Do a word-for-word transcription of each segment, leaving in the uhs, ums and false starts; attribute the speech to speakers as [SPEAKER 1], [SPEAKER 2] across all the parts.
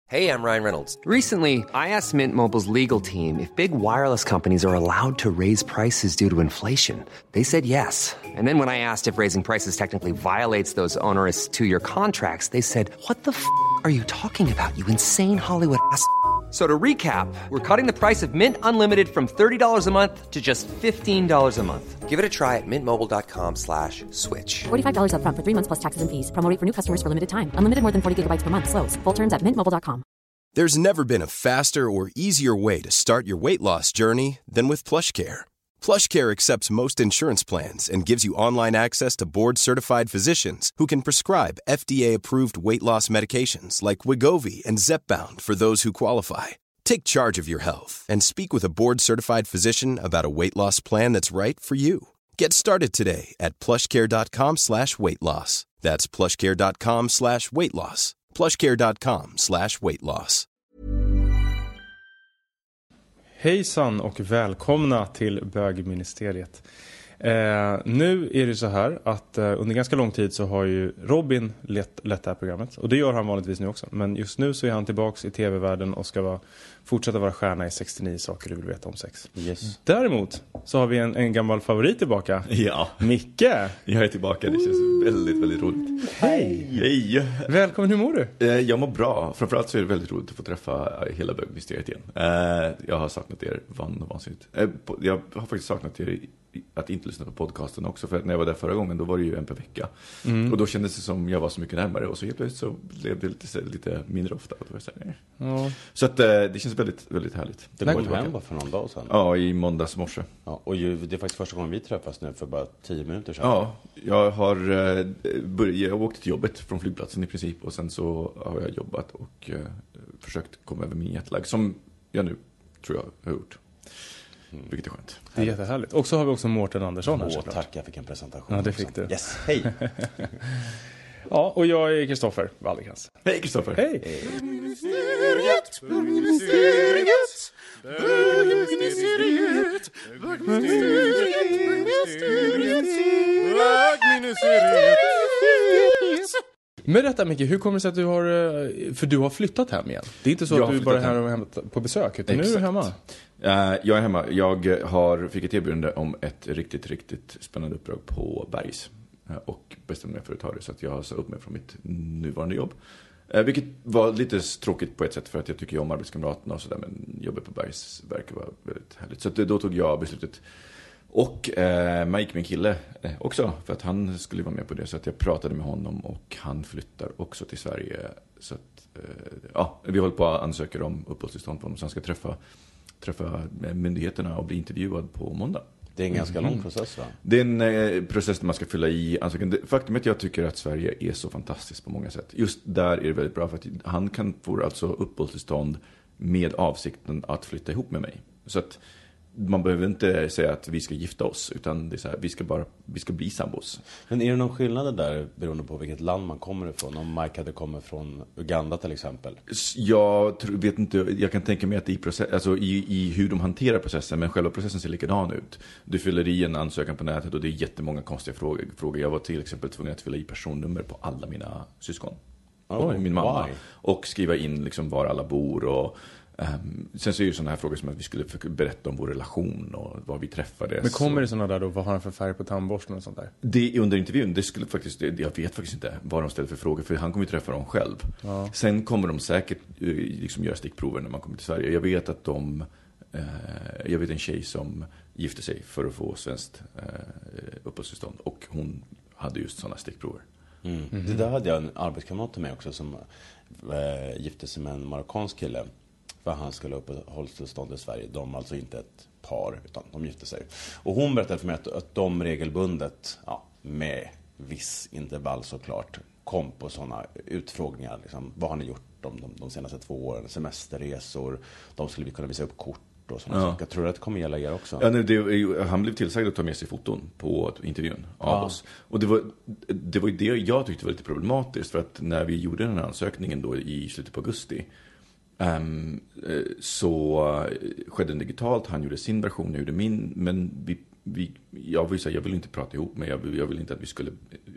[SPEAKER 1] Hey, I'm Ryan Reynolds.
[SPEAKER 2] Recently, I asked Mint Mobile's legal team if big wireless companies are allowed to raise prices due to inflation. They said yes. And then when I asked if raising prices technically violates those onerous two-year contracts, they said, "What the f*** are you talking about, you insane Hollywood ass?" So to recap, we're cutting the price of Mint Unlimited from thirty dollars a month to just fifteen dollars a month.
[SPEAKER 1] Give it a try at mintmobile.com slash switch.
[SPEAKER 3] forty-five dollars up front for three months plus taxes and fees. Promo rate for new customers for limited time. Unlimited more than forty gigabytes per month. Slows full terms at mint mobile dot com.
[SPEAKER 4] There's never been a faster or easier way to start your weight loss journey than with PlushCare. PlushCare accepts most insurance plans and gives you online access to board-certified physicians who can prescribe F D A-approved weight loss medications like Wegovy and Zepbound for those who qualify. Take charge of your health and speak with a board-certified physician about a weight loss plan that's right for you. Get started today at plushcare.com slash weight loss. That's plushcare.com slash weight loss. plushcare.com slash weight loss.
[SPEAKER 5] Hejsan och välkomna till Bögministeriet. Eh, nu är det så här att eh, under ganska lång tid så har ju Robin lett, lett det här programmet. Och det gör han vanligtvis nu också. Men just nu så är han tillbaks i tv-världen och ska vara, fortsätta vara stjärna i sextionio saker du vill veta om sex.
[SPEAKER 6] Yes.
[SPEAKER 5] Däremot så har vi en, en gammal favorit tillbaka.
[SPEAKER 6] Ja.
[SPEAKER 5] Micke!
[SPEAKER 6] Jag är tillbaka, det känns väldigt, väldigt roligt.
[SPEAKER 5] Hej!
[SPEAKER 6] Hej!
[SPEAKER 5] Välkommen, hur mår du?
[SPEAKER 6] Eh, Jag mår bra. Framförallt så är det väldigt roligt att få träffa hela Bögministeriet igen. Eh, Jag har saknat er van och vansinnigt. Eh, på- Jag har faktiskt saknat er i- att inte lyssna på podcasten också. För att när jag var där förra gången, då var det ju en per vecka.
[SPEAKER 5] Mm.
[SPEAKER 6] Och då kändes det som jag var så mycket närmare. Och så helt plötsligt så blev det lite, lite mindre ofta. Och då var jag så här, nej.
[SPEAKER 5] Ja.
[SPEAKER 6] Så att, eh, det känns väldigt, väldigt härligt.
[SPEAKER 7] Det
[SPEAKER 5] När
[SPEAKER 7] var
[SPEAKER 5] kom
[SPEAKER 7] ju
[SPEAKER 5] du
[SPEAKER 7] hem bara för någon dag sedan.
[SPEAKER 6] Ja, i måndags morse.
[SPEAKER 7] Ja, och ju, det är faktiskt första gången vi träffas nu för bara tio minuter sedan.
[SPEAKER 6] Ja, jag har eh, börjat, jag åkte till jobbet från flygplatsen i princip. Och sen så har jag jobbat och eh, försökt komma över min jetlag. Som jag nu tror jag har gjort.
[SPEAKER 7] Mm.
[SPEAKER 6] Vilket är skönt.
[SPEAKER 5] Det är jättehärligt. Och så har vi också Mårten Andersson här
[SPEAKER 7] Åh,
[SPEAKER 5] såklart.
[SPEAKER 7] tack, jag fick en presentation.
[SPEAKER 5] Ja, det
[SPEAKER 7] också.
[SPEAKER 5] fick du.
[SPEAKER 7] Yes, hej!
[SPEAKER 5] Ja, och jag är Kristoffer Wallercrantz.
[SPEAKER 6] Hej Kristoffer.
[SPEAKER 5] Hej!
[SPEAKER 8] Bögministeriet, bögministeriet, bögministeriet, bögministeriet, bögministeriet.
[SPEAKER 5] Men detta Micke, hur kommer det sig att du har, eh, för du har flyttat hem igen? Det är inte så
[SPEAKER 6] Jag
[SPEAKER 5] att
[SPEAKER 6] har
[SPEAKER 5] du bara är
[SPEAKER 6] flyttat
[SPEAKER 5] här
[SPEAKER 6] hem.
[SPEAKER 5] och hem på besök, utan nu är du
[SPEAKER 6] Exakt.
[SPEAKER 5] hemma.
[SPEAKER 6] Eh, jag är hemma. Jag har, fick ett erbjudande om ett riktigt, riktigt spännande uppdrag på Bergs. Eh, och bestämde mig för att ta det, så att jag sa upp mig från mitt nuvarande jobb. Eh, vilket var lite tråkigt på ett sätt, för att jag tycker om arbetskamraterna och sådär. Men jobbet på Bergs verkar vara väldigt härligt. Så att då tog jag beslutet. Och eh, Mike, min kille, eh, också. För att han skulle vara med på det. Så att jag pratade med honom och han flyttar också till Sverige. Så att, eh, ja, vi håller på att ansöka om uppehållstillstånd på honom. Så han ska träffa, träffa myndigheterna och bli intervjuad på måndag.
[SPEAKER 7] Det är en ganska lång process, va?
[SPEAKER 6] Det är en eh, process där man ska fylla i ansökan. Det- Faktum är att jag tycker att Sverige är så fantastiskt på många sätt. Just där är det väldigt bra, för att han kan få alltså uppehållstillstånd med avsikten att flytta ihop med mig. Så att man behöver inte säga att vi ska gifta oss, utan det är så här, vi ska bara vi ska bli sambos.
[SPEAKER 7] Men är det någon skillnad där beroende på vilket land man kommer ifrån? Om Mike hade kommit från Uganda till exempel.
[SPEAKER 6] S- Jag tror, vet inte, jag kan tänka mig att i, process, alltså i, i hur de hanterar processen, men själva processen ser likadan ut. Du fyller i en ansökan på nätet och det är jättemånga konstiga frågor. frågor. Jag var till exempel tvungen att fylla i personnummer på alla mina syskon.
[SPEAKER 7] Oj,
[SPEAKER 6] och min mamma.
[SPEAKER 7] why?
[SPEAKER 6] Och skriva in liksom var alla bor och Um, sen så är ju sådana här frågor som att vi skulle berätta om vår relation och var vi träffades.
[SPEAKER 5] Men kommer det sådana där då, vad har han för färg på tandborsten och sånt där?
[SPEAKER 6] Det är under intervjun, det skulle faktiskt, det, jag vet faktiskt inte vad de ställer för frågor, för han kommer ju träffa dem själv.
[SPEAKER 5] Ja.
[SPEAKER 6] Sen kommer de säkert uh, liksom göra stickprover när man kommer till Sverige. Jag vet att de, uh, jag vet en tjej som gifte sig för att få svenskt uh, uppehållstillstånd, och hon hade just sådana stickprover.
[SPEAKER 7] Mm. Mm. Det där hade jag en arbetskamrat till mig också som äh, gifte sig med en marockansk kille. För han skulle ha uppehållstillstånd i Sverige. De alltså inte ett par, utan de gifte sig. Och hon berättade för mig att, att de regelbundet, ja, med viss intervall såklart, kom på sådana utfrågningar. Liksom, vad har ni gjort de, de, de senaste två åren? Semesterresor. De skulle vi kunna visa upp kort och sådana
[SPEAKER 6] Ja.
[SPEAKER 7] saker. Jag tror att det kommer gälla er också.
[SPEAKER 6] Ja, nej, det, han blev tillsagd att ta med sig foton på intervjun av
[SPEAKER 7] Ja.
[SPEAKER 6] oss. Och det var, det var ju det jag tyckte var lite problematiskt. För att när vi gjorde den här ansökningen då i slutet på augusti, um, så skedde den digitalt. Han gjorde sin version, jag gjorde min. Men vi, vi, jag, vill säga, jag vill inte prata ihop mig. Jag vill, jag vill inte att vi skulle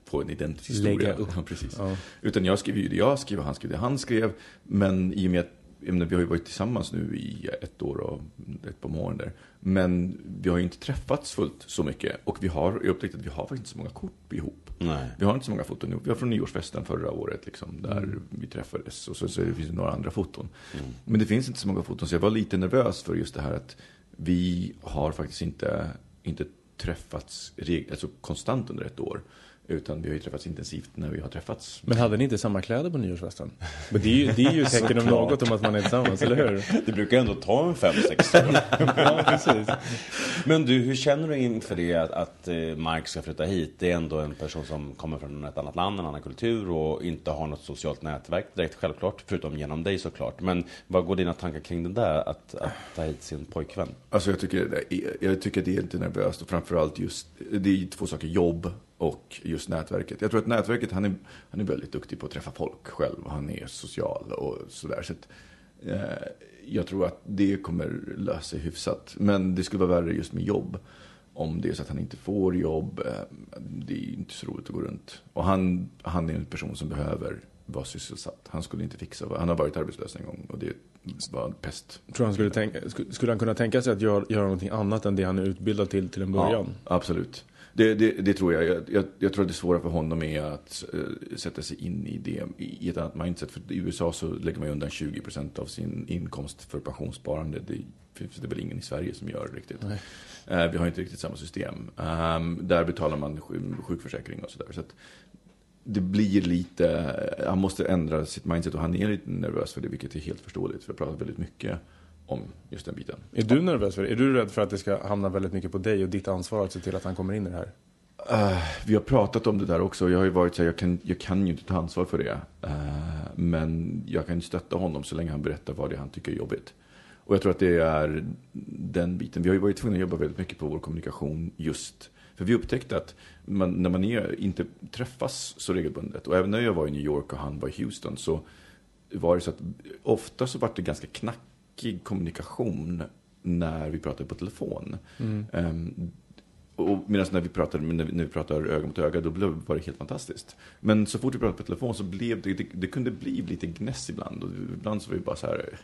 [SPEAKER 6] få en identisk historia.
[SPEAKER 5] Lägga upp.
[SPEAKER 6] Ja, precis.
[SPEAKER 5] Ja.
[SPEAKER 6] Utan jag skrev ju det jag skrev och han skrev det han skrev. Men i och med att vi har ju varit tillsammans nu i ett år och ett par månader. Men vi har ju inte träffats fullt så mycket. Och vi har upptäckt att vi har faktiskt inte så många kort ihop.
[SPEAKER 7] Nej.
[SPEAKER 6] Vi har inte så många foton ihop. Vi har från nyårsfesten förra året liksom, där
[SPEAKER 5] Mm.
[SPEAKER 6] vi träffades. Och så, så det finns det några andra foton.
[SPEAKER 7] Mm.
[SPEAKER 6] Men det finns inte så många foton. Så jag var lite nervös för just det här att vi har faktiskt inte, inte träffats reg- alltså konstant under ett år. Utan vi har ju träffats intensivt när vi har träffats.
[SPEAKER 5] Men hade ni inte samma kläder på nyårsfesten? Men det är ju, det är ju tecken om något om att man är tillsammans, eller hur?
[SPEAKER 7] Det brukar ändå ta en fem, sex år.
[SPEAKER 5] Ja, precis.
[SPEAKER 7] Men du, hur känner du inför det att, att eh, Mark ska flytta hit? Det är ändå en person som kommer från ett annat land, en annan kultur och inte har något socialt nätverk direkt, självklart, förutom genom dig såklart. Men vad går dina tankar kring det där, att, att ta hit sin pojkvän?
[SPEAKER 6] Alltså jag tycker, det är, jag tycker det är lite nervöst och framförallt just, det är två saker, jobb och just nätverket. Jag tror att nätverket, han är, han är väldigt duktig på att träffa folk själv. Han är social och sådär. Så att, eh, jag tror att det kommer lösa sig hyfsat. Men det skulle vara värre just med jobb. Om det är så att han inte får jobb. Eh, det är inte så roligt att gå runt. Och han, han är en person som behöver vara sysselsatt. Han skulle inte fixa. Han har varit arbetslös en gång och det var en pest.
[SPEAKER 5] Tror han skulle, tänka, skulle han kunna tänka sig att göra, göra någonting annat än det han är utbildad till till en början?
[SPEAKER 6] Ja, absolut. Det, det, det tror jag. Jag, jag. Jag tror att det svåra för honom är att uh, sätta sig in i det i ett annat mindset. För i U S A så lägger man ju undan tjugo procent av sin inkomst för pensionssparande. Det finns det väl ingen i Sverige som gör riktigt. Uh, vi har inte riktigt samma system. Um, där betalar man sjuk- sjukförsäkring och sådär. Så att det blir lite, han måste ändra sitt mindset och han är lite nervös för det, vilket är helt förståeligt. För jag pratar väldigt mycket om just den biten.
[SPEAKER 5] Är du nervös för det? Är du rädd för att det ska hamna väldigt mycket på dig och ditt ansvar att se till att han kommer in i det här?
[SPEAKER 6] Uh, vi har pratat om det där också. Jag har ju varit så här, jag kan, jag kan ju inte ta ansvar för det. Uh, men jag kan ju stötta honom så länge han berättar vad det är han tycker är jobbigt. Och jag tror att det är den biten. Vi har ju varit tvungna att jobba väldigt mycket på vår kommunikation just. För vi upptäckte att man, när man är, inte träffas så regelbundet. Och även när jag var i New York och han var i Houston så var det så att ofta så var det ganska knackig kommunikation när vi pratade på telefon. Mm. Um, och medan när vi pratade när vi, när vi pratade öga mot öga, då blev, var det helt fantastiskt. Men så fort vi pratade på telefon så blev det, det, det kunde bli lite gnäss ibland. Och ibland så var vi bara så här,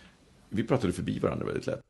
[SPEAKER 6] vi pratade förbi varandra väldigt lätt.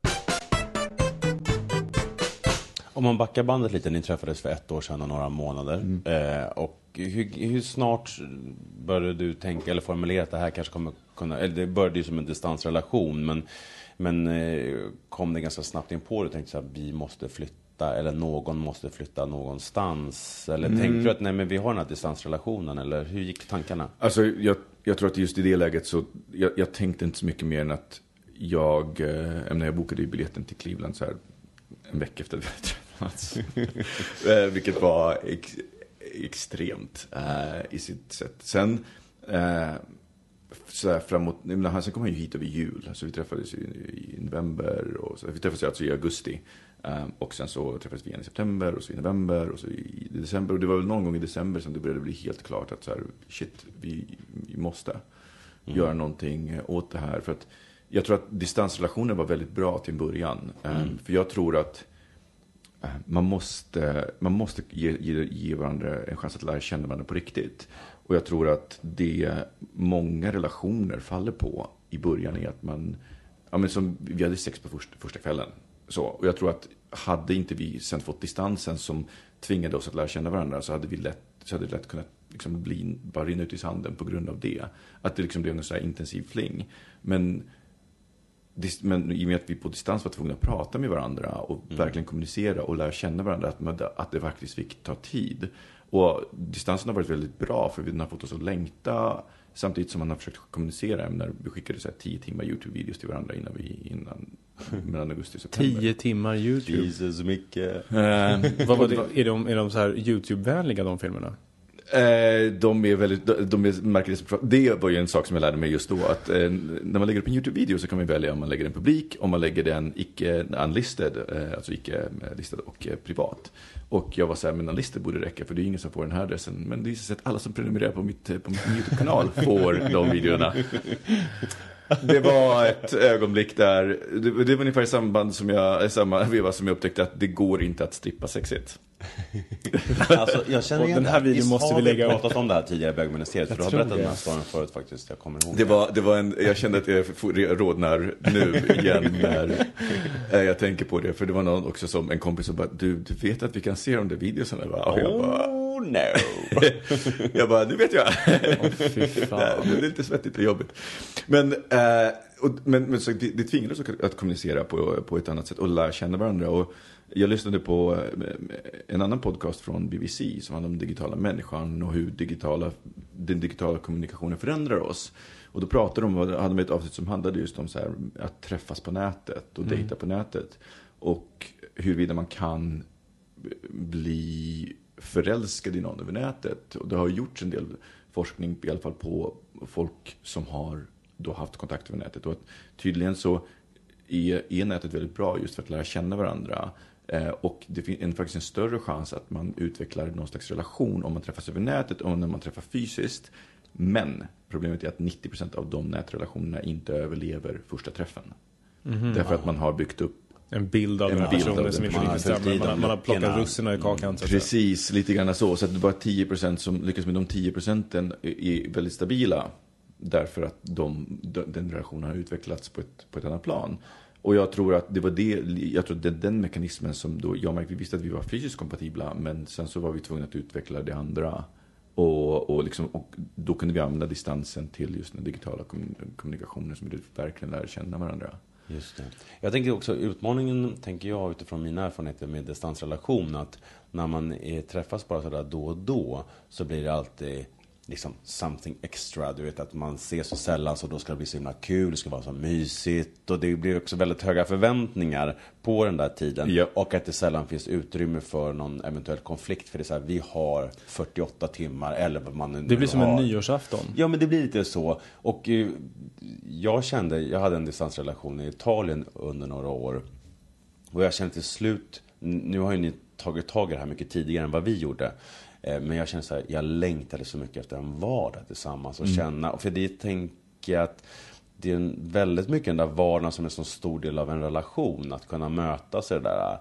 [SPEAKER 7] Om man backar bandet lite, ni träffades för ett år sedan och några månader.
[SPEAKER 6] Mm.
[SPEAKER 7] Eh, och hur, hur snart började du tänka eller formulera att det här kanske kommer kunna, eller det började ju som en distansrelation, men, men eh, kom det ganska snabbt in på det och tänkte så här, vi måste flytta eller någon måste flytta någonstans, eller
[SPEAKER 6] Mm.
[SPEAKER 7] tänkte du att nej, men vi har den här distansrelationen, eller hur gick tankarna?
[SPEAKER 6] Alltså jag, jag tror att just i det läget så jag, jag tänkte inte så mycket mer än att jag, eh, när jag bokade biljetten till Cleveland så här en vecka efter att vi hade träffats. Vilket var ex, extremt eh, i sitt sätt. Sen eh, så här framåt, han, sen kom han ju hit över jul. Så vi träffades i, i november. Och så, vi träffades alltså i augusti. Eh, och sen så träffades vi igen i september. Och så i november. Och så i, i december. Och det var väl någon gång i december som det började bli helt klart att så här, shit, vi, vi måste mm. göra någonting åt det här. För att jag tror att distansrelationen var väldigt bra till början. Mm. För jag tror att man måste, man måste ge, ge, ge varandra en chans att lära känna varandra på riktigt. Och jag tror att det många relationer faller på i början är att man, ja men som vi hade sex på första, första kvällen. Så, och jag tror att hade inte vi sen fått distansen som tvingade oss att lära känna varandra, så hade vi lätt, så hade det lätt kunnat liksom bli, bara rinna ut i sanden på grund av det. Att det liksom blev en så här intensiv fling. Men Men i och med att vi på distans var tvungna att prata med varandra och mm. verkligen kommunicera och lära känna varandra, att, att det faktiskt fick ta tid. Och distansen har varit väldigt bra, för vi har fått oss att längta samtidigt som man har försökt kommunicera. När vi skickade så här tio timmar YouTube-videos till varandra innan vi, innan, mellan augusti och september.
[SPEAKER 5] Tio timmar YouTube?
[SPEAKER 7] Jesus, mycket.
[SPEAKER 5] Uh, vad var det? Är de, är de så här YouTube-vänliga, de filmerna?
[SPEAKER 6] Eh, de är väldigt, de är märkligt. Det var ju en sak som jag lärde mig just då, att eh, när man lägger upp en YouTube-video så kan man välja om man lägger den publik, om man lägger den icke unlisted, eh, alltså icke listad och eh, privat. Och jag var så här, men unlisted borde räcka, för det är ingen som får den här adressen. Men det är så att alla som prenumererar på mitt, på min YouTube-kanal får de videorna. Det var ett ögonblick där, det, det var ungefär i samband som jag, samma veva som jag upptäckte att det går inte att strippa sexigt.
[SPEAKER 7] Alltså, jag känner
[SPEAKER 5] Och den här videon
[SPEAKER 7] Visst
[SPEAKER 5] måste
[SPEAKER 7] har
[SPEAKER 5] vi lägga upp.
[SPEAKER 7] pratat om det här tidigare i bögministeriet, för du har
[SPEAKER 5] tror
[SPEAKER 7] berättat
[SPEAKER 5] det.
[SPEAKER 7] den här storyn förut faktiskt, jag kommer ihåg
[SPEAKER 6] Det var, det var en, jag kände att jag rodnar nu igen när eh, jag tänker på det. För det var någon också som en kompis som bara, du, du vet att vi kan se de där videorna? Och jag bara,
[SPEAKER 7] Oh no.
[SPEAKER 6] jag bara, nu vet jag.
[SPEAKER 5] Oh, fy fan.
[SPEAKER 6] Det är lite svettigt och jobbigt. Men, eh, och, men, men så det, det tvingade oss att, att kommunicera på, på ett annat sätt och lära känna varandra. Och jag lyssnade på en annan podcast från B B C som handlar om digitala människan och hur digitala, den digitala kommunikationen förändrar oss. Och då pratade de, hade de ett avsnitt som handlade just om så här, att träffas på nätet och
[SPEAKER 5] Mm.
[SPEAKER 6] dejta på nätet. Och huruvida man kan bli förälskad i någon över nätet. Och det har gjorts en del forskning i alla fall på folk som har då haft kontakt över nätet. Och att tydligen så är, är nätet väldigt bra just för att lära känna varandra. Eh, och det finns en, faktiskt en större chans att man utvecklar någon slags relation om man träffas över nätet och när man träffar fysiskt. Men problemet är att nittio procent av de nätrelationerna inte överlever första träffen. Mm-hmm. Därför att man har byggt upp
[SPEAKER 5] En bild av
[SPEAKER 6] En
[SPEAKER 5] den här
[SPEAKER 6] bild
[SPEAKER 5] personen
[SPEAKER 6] av
[SPEAKER 5] som
[SPEAKER 6] den
[SPEAKER 5] inte riktigt
[SPEAKER 7] personen.
[SPEAKER 5] stämmer. Man, har- man har plockat
[SPEAKER 7] Ena-
[SPEAKER 5] russinen i kakan. Så att säga.
[SPEAKER 6] precis, lite grann så. Så att det bara tio procent som lyckas med de tio procenten är, är väldigt stabila. Därför att de, den relationen har utvecklats på ett, på ett annat plan. Och jag tror att det var det, jag tror att det är den mekanismen som då, jag märkte, vi visste att vi var fysiskt kompatibla, men sen så var vi tvungna att utveckla det andra. Och, och, liksom, och då kunde vi använda distansen till just den digitala kommunikationen som vi verkligen lär känna varandra.
[SPEAKER 7] Just det. Jag tänker också, utmaningen tänker jag utifrån mina erfarenheter med distansrelation, att när man är, träffas bara sådär då och då så blir det alltid liksom something extra, du vet att man ses så sällan så då ska det bli så himla kul, det ska vara så mysigt och det blir också väldigt höga förväntningar på den där tiden.
[SPEAKER 6] Ja.
[SPEAKER 7] Och att det sällan finns utrymme för någon eventuell konflikt, för det är så här, vi har fyrtioåtta timmar eller vad man nu
[SPEAKER 5] Det blir som en
[SPEAKER 7] har.
[SPEAKER 5] nyårsafton.
[SPEAKER 7] Ja, men det blir lite så. Och eh, jag kände, jag hade en distansrelation i Italien under några år. Och jag kände till slut, nu har ju ni tagit tag i det här mycket tidigare än vad vi gjorde. Eh, men jag kände så här, jag längtade så mycket efter en vardag tillsammans och mm. känna. Och för det tänker jag att det är en, väldigt mycket den där vardagen som är en så stor del av en relation. Att kunna mötas i det där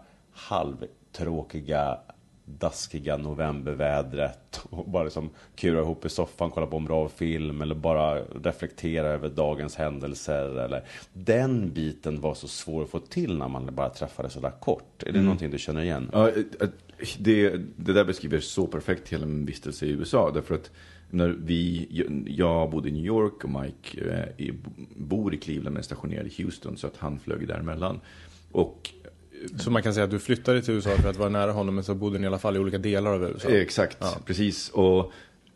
[SPEAKER 7] halvtråkiga, daskiga novembervädret och bara liksom kura ihop i soffan, kolla på en bra film eller bara reflektera över dagens händelser eller den biten var så svår att få till när man bara träffade så där kort. Är det mm. någonting du känner igen?
[SPEAKER 6] Ja, det, det där beskriver så perfekt hela min vistelse i U S A, därför att när vi, jag bodde i New York och Mike eh, bor i Cleveland men är stationerad i Houston, så att han flög däremellan. Och
[SPEAKER 5] så man kan säga att du flyttade till U S A för att vara nära honom, men så bodde ni i alla fall i olika delar av U S A.
[SPEAKER 6] Exakt, ja. Precis. Och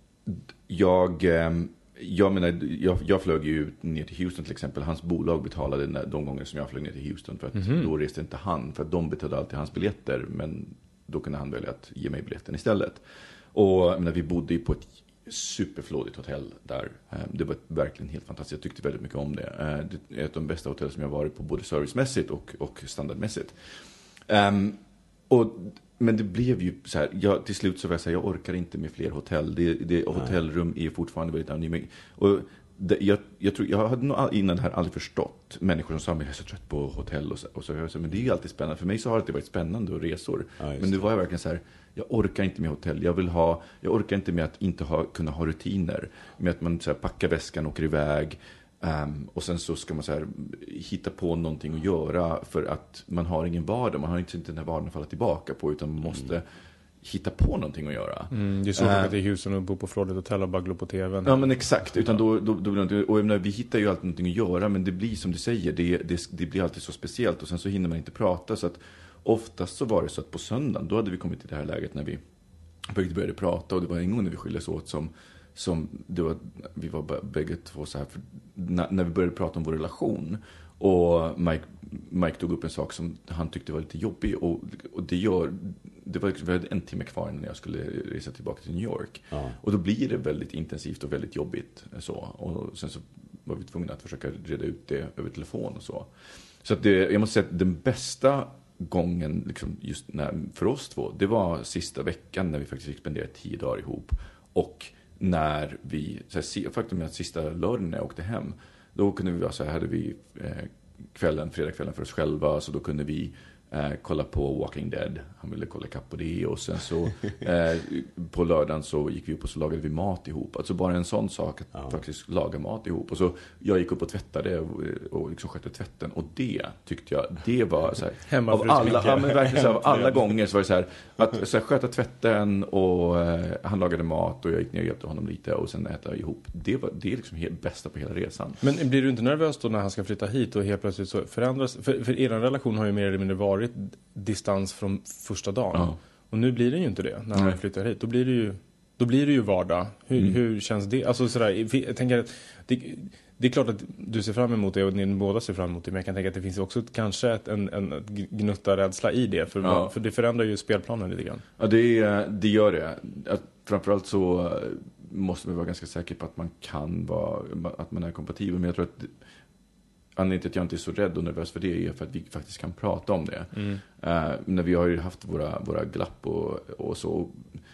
[SPEAKER 6] jag, jag menar, jag, jag flög ju ner till Houston till exempel. Hans bolag betalade de gånger som jag flög ner till Houston, för att mm-hmm. då reste inte han, för att de betalade alltid hans biljetter, men då kunde han välja att ge mig biljetten istället. Och jag menar, vi bodde ju på ett superflådigt hotell där. Det var verkligen helt fantastiskt. Jag tyckte väldigt mycket om det. Det är ett av de bästa hotell som jag varit på, både servicemässigt och, och standardmässigt. Um, och, men det blev ju så här, jag, till slut så var jag säga, jag orkar inte med fler hotell. Det, det, hotellrum är fortfarande väldigt anonymt. Och det, jag, jag, tror, jag hade nog innan det här aldrig förstått människor som sa, men jag är så trött på hotell och så, och så, och så men det är ju alltid spännande. För mig så har det alltid varit spännande och resor. Ja, men nu var jag verkligen så här, jag orkar inte med hotell. Jag vill ha, jag orkar inte med att inte ha, kunna ha rutiner. Med att man så här, packar väskan och åker iväg. Um, och sen så ska man så här, hitta på någonting att göra, för att man har ingen vardag. Man har inte den här vardagen att falla tillbaka på, utan man måste mm. hitta på någonting att göra.
[SPEAKER 5] Mm, det är så uh, att det är Houston och bo på Florida hotell och bara glo på tvn.
[SPEAKER 6] Ja, men exakt. Utan då, då, då, då, och menar, vi hittar ju alltid någonting att göra, men det blir som du säger, det, det, det blir alltid så speciellt, och sen så hinner man inte prata. Så att oftast så var det så att på söndagen, då hade vi kommit till det här läget när vi började prata, och det var en gång när vi skildes åt som som det var, vi var bägge två så här, för när, när vi började prata om vår relation, och Mike, Mike tog upp en sak som han tyckte var lite jobbig, och, och det gör, det var liksom, vi hade en timme kvar när jag skulle resa tillbaka till New York, ja. Och då blir det väldigt intensivt och väldigt jobbigt så, och sen så var vi tvungna att försöka reda ut det över telefon och så. Så att det, jag måste säga att den bästa gången liksom, just när, för oss två, det var sista veckan när vi faktiskt fick spendera tio dagar ihop. Och när vi, så här, faktum är att sista lördagen när jag åkte hem, Då kunde vi vara så här, hade vi eh, kvällen, fredagskvällen för oss själva, så då kunde vi eh, kolla på Walking Dead. Han ville kolla kapp på det, och sen så eh, på lördagen så gick vi upp och så lagade vi mat ihop. Alltså bara en sån sak att ja. faktiskt laga mat ihop. Och så jag gick upp och tvättade och, och liksom skötte tvätten, och det tyckte jag, det var så här, av alla, ja, men verkligen så här, av alla gånger så var det så här, att så här, sköta tvätten, och eh, han lagade mat och jag gick ner och hjälpte honom lite och sen äta ihop. Det var det är liksom helt bästa på hela resan.
[SPEAKER 5] Men blir du inte nervös då när han ska flytta hit och helt plötsligt så förändras, för, för er relation har ju mer eller mindre varit distans från första dagen. Ja. Och nu blir det ju inte det när han flyttar hit. Då blir det ju, då blir det ju vardag. Hur, mm. hur känns det? Alltså sådär, jag tänker att det, det är klart att du ser fram emot det och ni båda ser fram emot det, men jag kan tänka att det finns också kanske ett, en, en gnutta rädsla i det, för, ja. man, för det förändrar ju spelplanen lite grann. Ja,
[SPEAKER 6] det, det gör det. Att framförallt så måste man vara ganska säker på att man kan vara, att man är kompatibel, men jag tror att anledningen till att jag inte är så rädd och nervös för det är för att vi faktiskt kan prata om det. Mm. Uh, när vi har ju haft våra, våra glapp och, och så.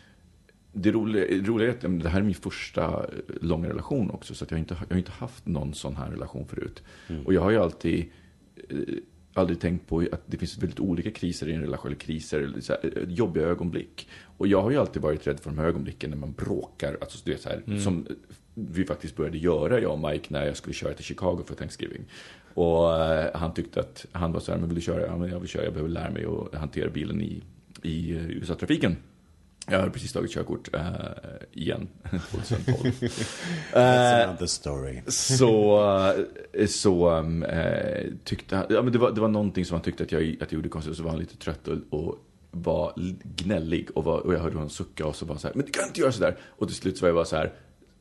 [SPEAKER 6] Det roliga, roliga är att det här är min första långa relation också, så att jag, inte, jag har inte haft någon sån här relation förut. Mm. Och jag har ju alltid eh, aldrig tänkt på att det finns väldigt olika kriser i en relation, eller kriser, eller så här, jobbiga ögonblick. Och jag har ju alltid varit rädd för de här ögonblicken när man bråkar, alltså det är så här, mm. som vi faktiskt började göra, jag och Mike, när jag skulle köra till Chicago för Thanksgiving. Och uh, han tyckte att, han var så här, men vill du köra? Ja, men jag vill köra, jag behöver lära mig att hantera bilen i, i U S A-trafiken. Jag har precis tagit körkort uh, igen, tjugohundratolv.
[SPEAKER 7] That's another story.
[SPEAKER 6] Så, så um, uh, tyckte han, ja, men det var, det var någonting som han tyckte att jag, att jag gjorde konstigt, så var han lite trött och, och var gnällig, och, var, och jag hörde honom sucka, och så var så här, men du kan inte göra så där. Och till slut så var jag bara så här,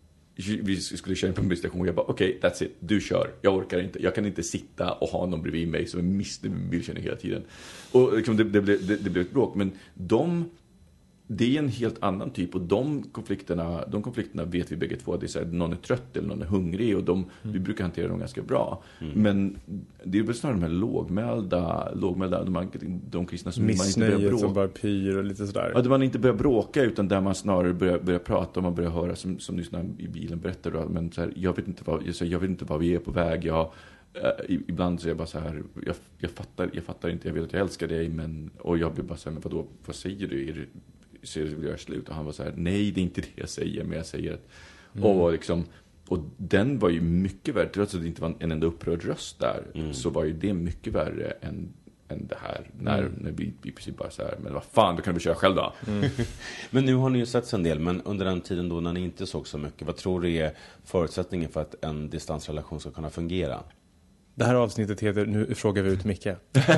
[SPEAKER 6] vi skulle köra på en bilstation, och jag bara, okej, okay, that's it, du kör, jag orkar inte, jag kan inte sitta och ha någon bredvid mig som är missnöjd med bilkörning hela tiden. Och liksom, det, det, blev, det, det blev ett bråk, men de, det är en helt annan typ, och de konflikterna, de konflikterna vet vi bägge två, det är så här, någon är trött eller någon är hungrig, och de, mm. vi brukar hantera dem ganska bra. Mm. Men det är väl snarare de här lågmälda, lågmälda de, de kristna som
[SPEAKER 5] missnöjet
[SPEAKER 6] man inte börjar bråka.
[SPEAKER 5] Som bara pyr och lite sådär.
[SPEAKER 6] Ja, där man inte börjar bråka, utan där man snarare börjar, börjar prata, och man börjar höra, som, som nyss i bilen berättar då, men så här, jag vet inte vad, jag, så här, jag vet inte vad vi är på väg, jag ibland så är jag bara så här, jag, jag fattar jag fattar inte, jag vet att jag älskar dig, men, och jag blir bara så här, men vadå, vad säger du? Är det, så vill jag göra slut? Och han var så här, nej, det är inte det jag säger, men jag säger att, mm. och liksom, och den var ju mycket värre, trots att det inte var en enda upprörd röst där, mm. så var ju det mycket värre än, än det här, när, mm. när vi, vi precis bara så här, men vad fan, då kan vi köra själv då.
[SPEAKER 7] Mm. Men nu har ni ju sett en del, men under den tiden då när ni inte såg så mycket, vad tror du är förutsättningen för att en distansrelation ska kunna fungera?
[SPEAKER 5] Det här avsnittet heter Nu frågar vi ut Micke.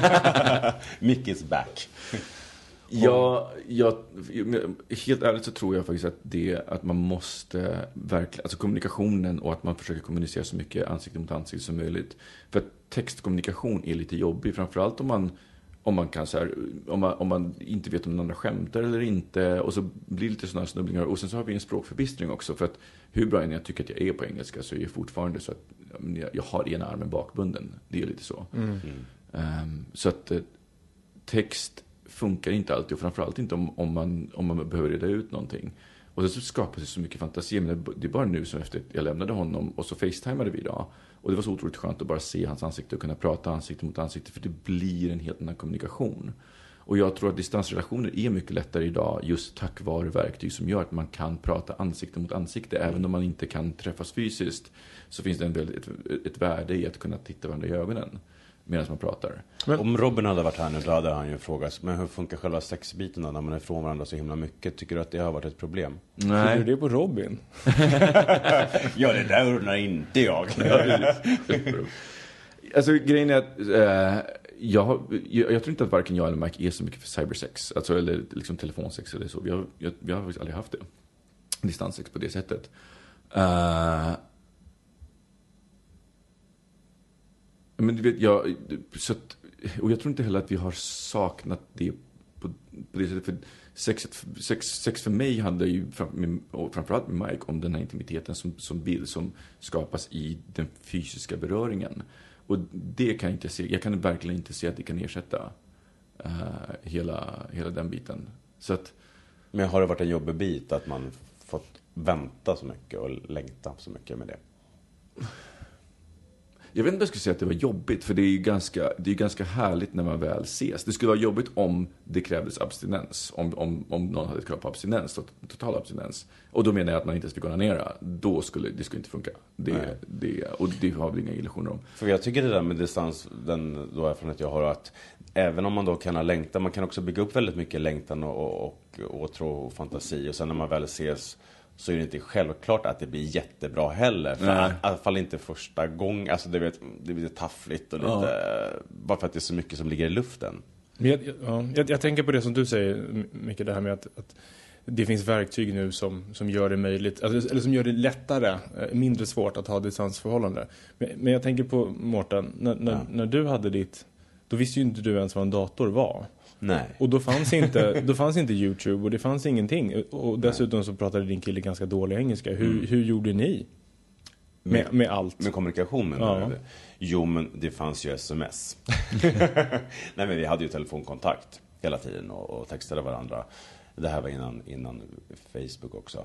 [SPEAKER 7] Micke is back.
[SPEAKER 6] Ja, jag, helt ärligt så tror jag faktiskt att det, att man måste verkligen, alltså kommunikationen, och att man försöker kommunicera så mycket ansikte mot ansikte som möjligt. För att textkommunikation är lite jobbig, framförallt om man om man kan så här, om man, om man inte vet om den andra skämtar eller inte, och så blir det lite sådana snubblingar. Och sen så har vi en språkförbistring också, för att hur bra än jag tycker att jag är på engelska, så är jag fortfarande så att jag, jag har ena armen bakbunden. Det är lite så. Mm. Um, så att text funkar inte alltid, och framförallt inte om, om, man, om man behöver reda ut någonting. Och så skapar sig så mycket fantasi. Men det är bara nu som efter jag lämnade honom, och så facetimade vi idag. Och det var så otroligt skönt att bara se hans ansikte och kunna prata ansikte mot ansikte, för det blir en helt annan kommunikation. Och jag tror att distansrelationer är mycket lättare idag, just tack vare verktyg som gör att man kan prata ansikte mot ansikte. Mm. Även om man inte kan träffas fysiskt, så finns det en väldigt, ett, ett värde i att kunna titta varandra i ögonen medan man pratar.
[SPEAKER 7] Men om Robin hade varit här nu, då hade han ju frågat, men hur funkar själva sexbiten när man är ifrån varandra så himla mycket? Tycker du att det har varit ett problem?
[SPEAKER 5] Nej. Tycker du det på Robin?
[SPEAKER 7] Ja, det där undrar inte jag.
[SPEAKER 6] Alltså grejen är att eh, jag, jag, jag tror inte att varken jag eller Mike är så mycket för cybersex, alltså, eller liksom telefonsex eller så. Vi har, jag, vi har faktiskt aldrig haft det. Distanssex på det sättet. Uh, Men du vet, jag, så att, och jag tror inte heller att vi har saknat det på, på det sättet. För sex, sex, sex för mig handlar ju fram, och framförallt med Mike om den här intimiteten som, som bild som skapas i den fysiska beröringen. Och det kan jag inte se, jag kan verkligen inte se att det kan ersätta uh, hela, hela den biten. Så att,
[SPEAKER 7] men har det varit en jobbig bit att man fått vänta så mycket och längta så mycket med det?
[SPEAKER 6] Jag vet inte om jag skulle säga att det var jobbigt, för det är ju ganska, det är ganska härligt när man väl ses. Det skulle vara jobbigt om det krävdes abstinens, om, om, om någon hade ett krav på abstinens, total abstinens. Och då menar jag att man inte ska gå ner. Då skulle det skulle inte funka. Det, det, och det har vi inga illusioner om.
[SPEAKER 7] För jag tycker det där med distans, den då erfarenhet jag har, att även om man då kan ha längtan, man kan också bygga upp väldigt mycket längtan och, och, och tro och fantasi. Och sen när man väl ses så är det inte självklart att det blir jättebra heller. För att, i alla fall inte första gången. Alltså det, vet, det blir lite taffligt och lite, ja. Bara för att det är så mycket som ligger i luften.
[SPEAKER 5] Men jag, ja, jag, jag tänker på det som du säger, Micke, det här med att, att det finns verktyg nu som, som gör det möjligt, alltså, eller som gör det lättare, mindre svårt att ha distansförhållande. Men, men jag tänker på, Mårten, när, när, ja. när du hade ditt, då visste ju inte du ens vad en dator var.
[SPEAKER 7] Nej.
[SPEAKER 5] Och då fanns inte, då fanns inte YouTube och det fanns ingenting. Och dessutom så pratade din kille ganska dålig engelska. Hur, mm. hur gjorde ni? Med, med allt.
[SPEAKER 7] Med kommunikation, men ja. Jo, men det fanns ju sms. Nej, men vi hade ju telefonkontakt hela tiden och, och textade varandra. Det här var innan, innan Facebook också.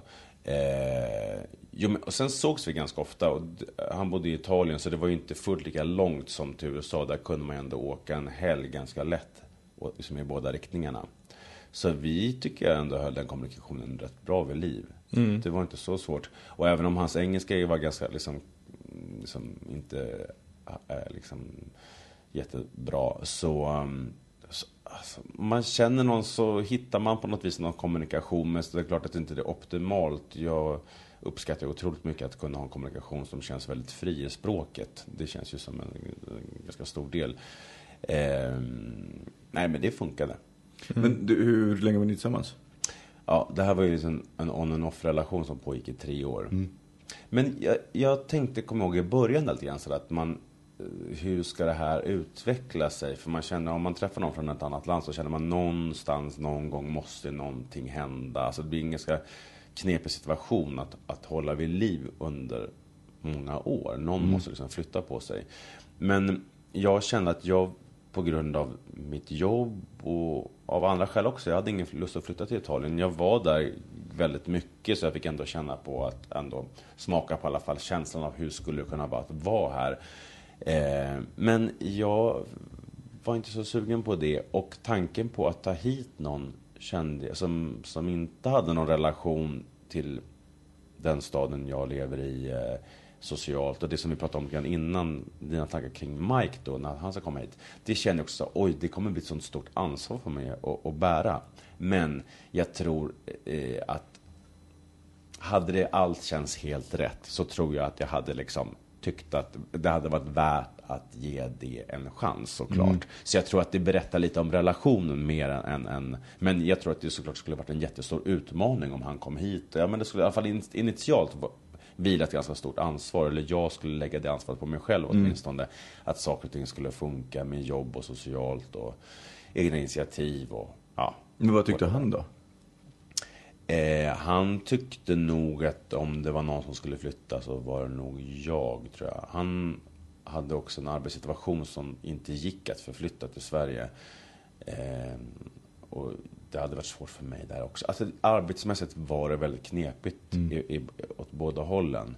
[SPEAKER 7] Eh, jo, men, och sen sågs vi ganska ofta. Och d- han bodde i Italien, så det var ju inte fullt lika långt som till U S A. Där kunde man ändå åka en helg ganska lätt. Och, liksom i båda riktningarna. Så vi tycker jag ändå höll den kommunikationen rätt bra vid liv. Mm. Det var inte så svårt. Och även om hans engelska var ganska liksom, liksom inte äh, liksom jättebra, så, um, så alltså, man känner någon, så hittar man på något vis någon kommunikation. Men det är klart att det inte är optimalt. Jag uppskattar otroligt mycket att kunna ha en kommunikation som känns väldigt fri i språket. Det känns ju som en, en ganska stor del. Eh, nej, men det funkade.
[SPEAKER 6] Mm. Men du, hur länge var ni tillsammans?
[SPEAKER 7] Ja, det här var ju liksom en on and off relation som pågick i tre år. Mm. Men jag, jag tänkte, komma ihåg i början lite grann, så att man, hur ska det här utveckla sig? För man känner, om man träffar någon från ett annat land, så känner man någonstans, någon gång måste någonting hända. Alltså det blir en ganska knepig situation att, att hålla vid liv under många år. Någon mm. måste liksom flytta på sig. Men jag kände att jag, på grund av mitt jobb och av andra skäl också, jag hade ingen lust att flytta till Italien. Jag var där väldigt mycket, så jag fick ändå känna på att ändå smaka på i alla fall känslan av hur skulle det kunna vara att vara här. Eh, men jag var inte så sugen på det, och tanken på att ta hit någon kände, som, som inte hade någon relation till den staden jag lever i eh, socialt, och det som vi pratade om innan, dina tankar kring Mike då, när han ska komma hit, det känner jag också, oj, det kommer bli ett sånt stort ansvar för mig att, att bära. Men jag tror eh, att hade det allt känns helt rätt, så tror jag att jag hade liksom tyckt att det hade varit värt att ge det en chans, såklart. Mm. Så jag tror att det berättar lite om relationen mer än, än... Men jag tror att det såklart skulle varit en jättestor utmaning om han kom hit. Ja, men det skulle i alla fall initialt vila ett ganska stort ansvar, eller jag skulle lägga det ansvaret på mig själv åtminstone, mm. att saker och ting skulle funka med jobb och socialt och egna initiativ och ja.
[SPEAKER 6] Men vad tyckte han då?
[SPEAKER 7] Eh, han tyckte nog att om det var någon som skulle flytta, så var det nog jag, tror jag. Han hade också en arbetssituation som inte gick att förflytta till Sverige. Eh, och det hade varit svårt för mig där också. Alltså arbetsmässigt var det väldigt knepigt mm. i, i, åt båda hållen.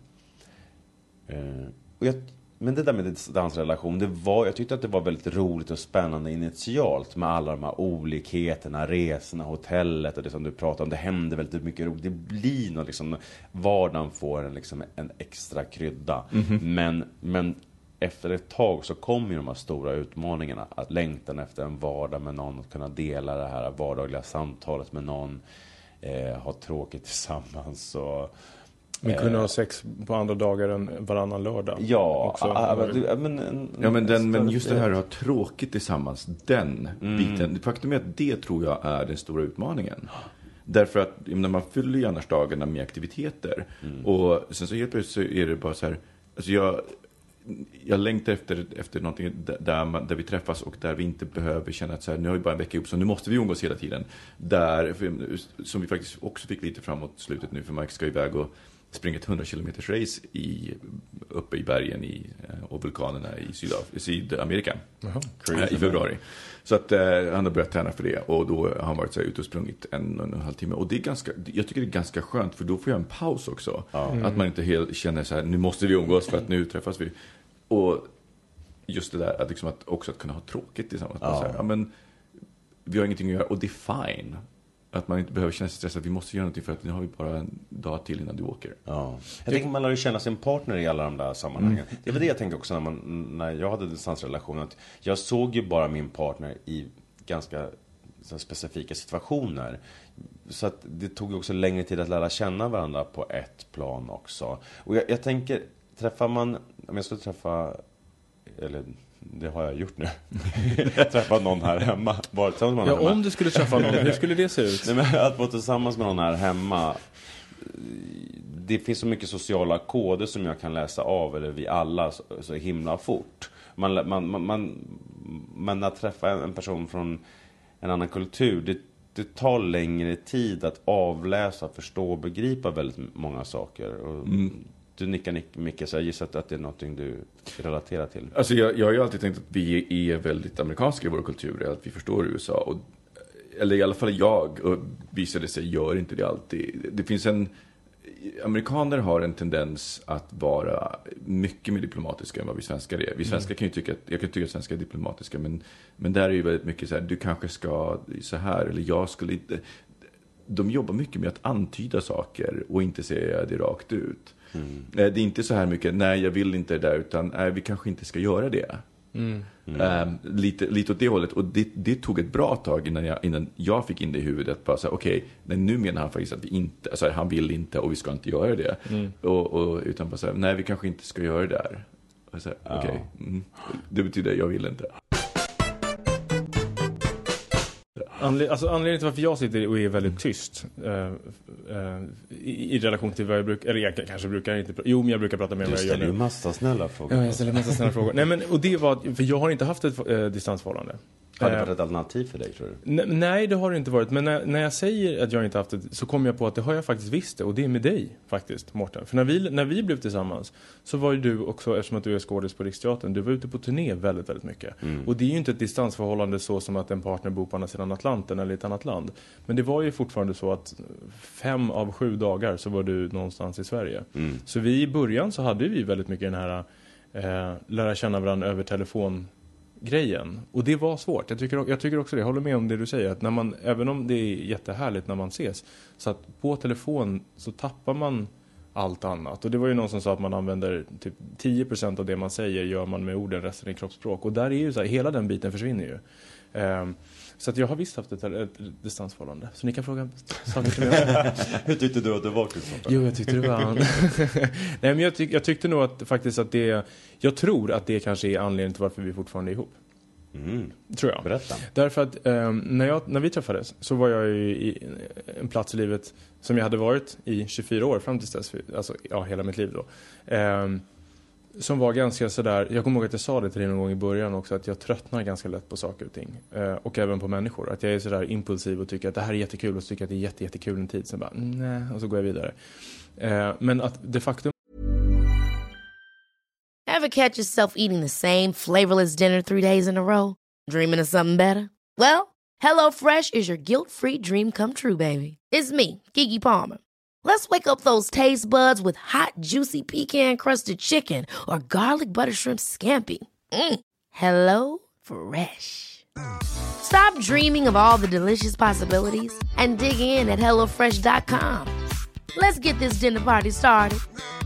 [SPEAKER 7] Eh, och jag, men det där med dansrelation, det var, jag tyckte att det var väldigt roligt och spännande initialt med alla de här olikheterna, resorna, hotellet och det som du pratade om. Det hände väldigt mycket roligt. Det blir nog liksom, vardagen får en, liksom, en extra krydda. Mm-hmm. Men, men efter ett tag så kommer ju de här stora utmaningarna. Att längtan efter en vardag med någon, att kunna dela det här vardagliga samtalet med någon, eh, ha tråkigt tillsammans och...
[SPEAKER 5] Men kunna ha sex på andra dagar än varannan lördag.
[SPEAKER 7] Ja,
[SPEAKER 5] också.
[SPEAKER 7] Ah, men, men, en,
[SPEAKER 6] ja men, den, men just det här att ha tråkigt tillsammans, den mm. biten. Faktum är att det tror jag är den stora utmaningen. Därför att när man fyller ju annars dagarna med aktiviteter. Mm. Och sen så helt plötsligt så är det bara så här... Alltså jag, jag längtar efter, efter någonting där, man, där vi träffas och där vi inte behöver känna att så här, nu har vi bara en vecka upp, så nu måste vi umgås hela tiden. Där, för, som vi faktiskt också fick lite framåt slutet nu, för Mike ska iväg och springa ett hundra kilometers race i, uppe i bergen i, och vulkanerna i Sydaf- Sydamerika uh-huh. i februari. Så att eh, han har börjat träna för det, och då har han varit så här ute och sprungit en, en, en halv timme. Och det är ganska, jag tycker det är ganska skönt, för då får jag en paus också. Mm. Att man inte helt känner så här, nu måste vi umgås för att nu träffas vi. Och just det där att, liksom att också att kunna ha tråkigt tillsammans.
[SPEAKER 7] Ja.
[SPEAKER 6] Så här, ja, men vi har ingenting att göra och det är fine. Att man inte behöver känna sig stressad. Vi måste göra någonting för att nu har vi bara en dag till innan du åker.
[SPEAKER 7] Ja. Jag tänker man lär ju känna sin partner i alla de där sammanhangen. Mm. Det var det jag tänkte också när, man, när jag hade distansrelation. Att jag såg ju bara min partner i ganska så specifika situationer. Så att det tog också längre tid att lära känna varandra på ett plan också. Och jag, jag tänker, träffar man, om jag skulle träffa, eller det har jag gjort nu, träffa någon här hemma. Bara tillsammans med någon
[SPEAKER 5] ja,
[SPEAKER 7] hemma.
[SPEAKER 5] om du skulle träffa någon, hur skulle det se ut?
[SPEAKER 7] Nej, men att vara tillsammans med någon här hemma, det finns så mycket sociala koder som jag kan läsa av, eller vi alla, så, så himla fort. Man, man, man, man, men att träffa en person från en annan kultur, det, det tar längre tid att avläsa, förstå och begripa väldigt många saker. Och mm. Du nickar mycket, så jag gissar att det är någonting du relaterar till.
[SPEAKER 6] Alltså jag, jag har ju alltid tänkt att vi är väldigt amerikanska i vår kultur, att vi förstår U S A. Och, eller i alla fall jag, och visade sig, gör inte det alltid. Det finns en... Amerikaner har en tendens att vara mycket mer diplomatiska än vad vi svenskar är. Vi svenskar mm. kan ju tycka att, jag kan tycka att svenskar är diplomatiska, men, men där är ju väldigt mycket så här, du kanske ska så här, eller jag skulle inte... De jobbar mycket med att antyda saker och inte säga det rakt ut. Mm. Det är inte så här mycket, nej jag vill inte det där, utan nej, vi kanske inte ska göra det. Mm. Mm. Um, lite, lite åt det hållet. Och det, det tog ett bra tag innan jag, innan jag fick in det i huvudet. Bara så här, okej, okay, nu menar han faktiskt att vi inte, alltså han vill inte och vi ska inte göra det. Mm. Och, och, utan bara så här, nej vi kanske inte ska göra det där. Okej, okay, mm, det betyder jag vill inte.
[SPEAKER 5] Anled- alltså anledningen till varför jag sitter och är väldigt tyst uh, uh, i, i relation till vad jag brukar, eller jag kanske brukar inte, jo men jag brukar prata mer om vad jag gör nu.
[SPEAKER 7] Du ställer ju massa snälla frågor.
[SPEAKER 5] Ja, jag ställer massa snälla frågor. Nej men, och det var, för jag har inte haft ett uh, distansförhållande.
[SPEAKER 7] Har det varit ett alternativ för dig, tror du?
[SPEAKER 5] N- nej, det har det inte varit. Men när, när jag säger att jag inte haft det, så kommer jag på att det har jag faktiskt visst det. Och det är med dig faktiskt, Mårten. För när vi, när vi blev tillsammans så var ju du också, eftersom att du är skådis på Riksteatern, du var ute på turné väldigt, väldigt mycket. Mm. Och det är ju inte ett distansförhållande så som att en partner bor på andra sidan Atlanten eller i ett annat land. Men det var ju fortfarande så att fem av sju dagar så var du någonstans i Sverige. Mm. Så vi i början så hade vi väldigt mycket den här eh, lära känna varandra över telefon grejen. Och det var svårt. Jag tycker, jag tycker också det. Jag håller med om det du säger. Att när man, även om det är jättehärligt när man ses, så att på telefon så tappar man allt annat. Och det var ju någon som sa att man använder typ tio procent av det man säger gör man med orden, resten i kroppsspråk. Och där är ju så här, hela den biten försvinner ju. Um, så att jag har visst haft ett, ett distansförhållande. Så ni kan fråga saker till mig.
[SPEAKER 7] Hur tyckte du att det var?
[SPEAKER 5] Jo, jag tyckte det var... Nej, men jag, tyck, jag tyckte nog att faktiskt att det... Jag tror att det kanske är anledningen till varför vi fortfarande är ihop.
[SPEAKER 7] Mm.
[SPEAKER 5] Tror jag.
[SPEAKER 7] Berätta.
[SPEAKER 5] Därför att um, när, jag, när vi träffades så var jag i, i en plats i livet som jag hade varit i tjugofyra år fram till dess. Alltså, ja, hela mitt liv då. Um, som var ganska sådär, jag kommer ihåg att jag sa det till dig någon gång i början också, att jag tröttnar ganska lätt på saker och ting. Eh, och även på människor. Att jag är sådär impulsiv och tycker att det här är jättekul och så tycker att det är jätte, jättekul en tid. Sen bara, nej, och så går jag vidare. Eh, men att det faktum...
[SPEAKER 9] Ever catch yourself eating the same flavorless dinner three days in a row? Dreaming of something better? Well, HelloFresh is your guilt-free dream come true, baby. It's me, Keke Palmer. Let's wake up those taste buds with hot, juicy pecan-crusted chicken or garlic butter shrimp scampi. Mm. Hello Fresh. Stop dreaming of all the delicious possibilities and dig in at hello fresh dot com. Let's get this dinner party started.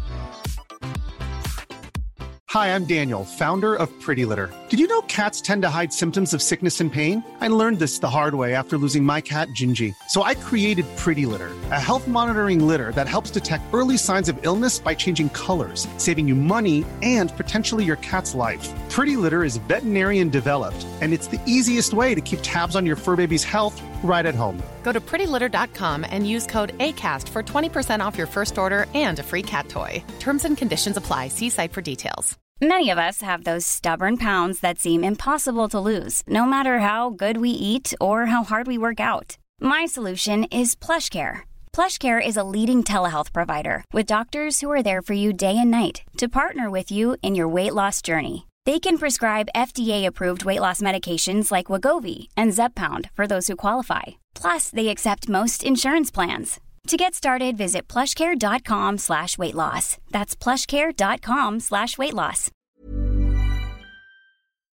[SPEAKER 10] Hi, I'm Daniel, founder of Pretty Litter. Did you know cats tend to hide symptoms of sickness and pain? I learned this the hard way after losing my cat, Gingy. So I created Pretty Litter, a health monitoring litter that helps detect early signs of illness by changing colors, saving you money and potentially your cat's life. Pretty Litter is veterinarian developed, and it's the easiest way to keep tabs on your fur baby's health right at home.
[SPEAKER 11] Go to pretty litter dot com and use code ACAST for twenty percent off your first order and a free cat toy. Terms and conditions apply. See site for details.
[SPEAKER 12] Many of us have those stubborn pounds that seem impossible to lose, no matter how good we eat or how hard we work out. My solution is PlushCare. PlushCare is a leading telehealth provider with doctors who are there for you day and night to partner with you in your weight loss journey. They can prescribe F D A-approved weight loss medications like Wegovy and Zepbound for those who qualify. Plus, they accept most insurance plans. To get started, visit plushcare.com slash weight loss. That's plushcare.com slash weight loss.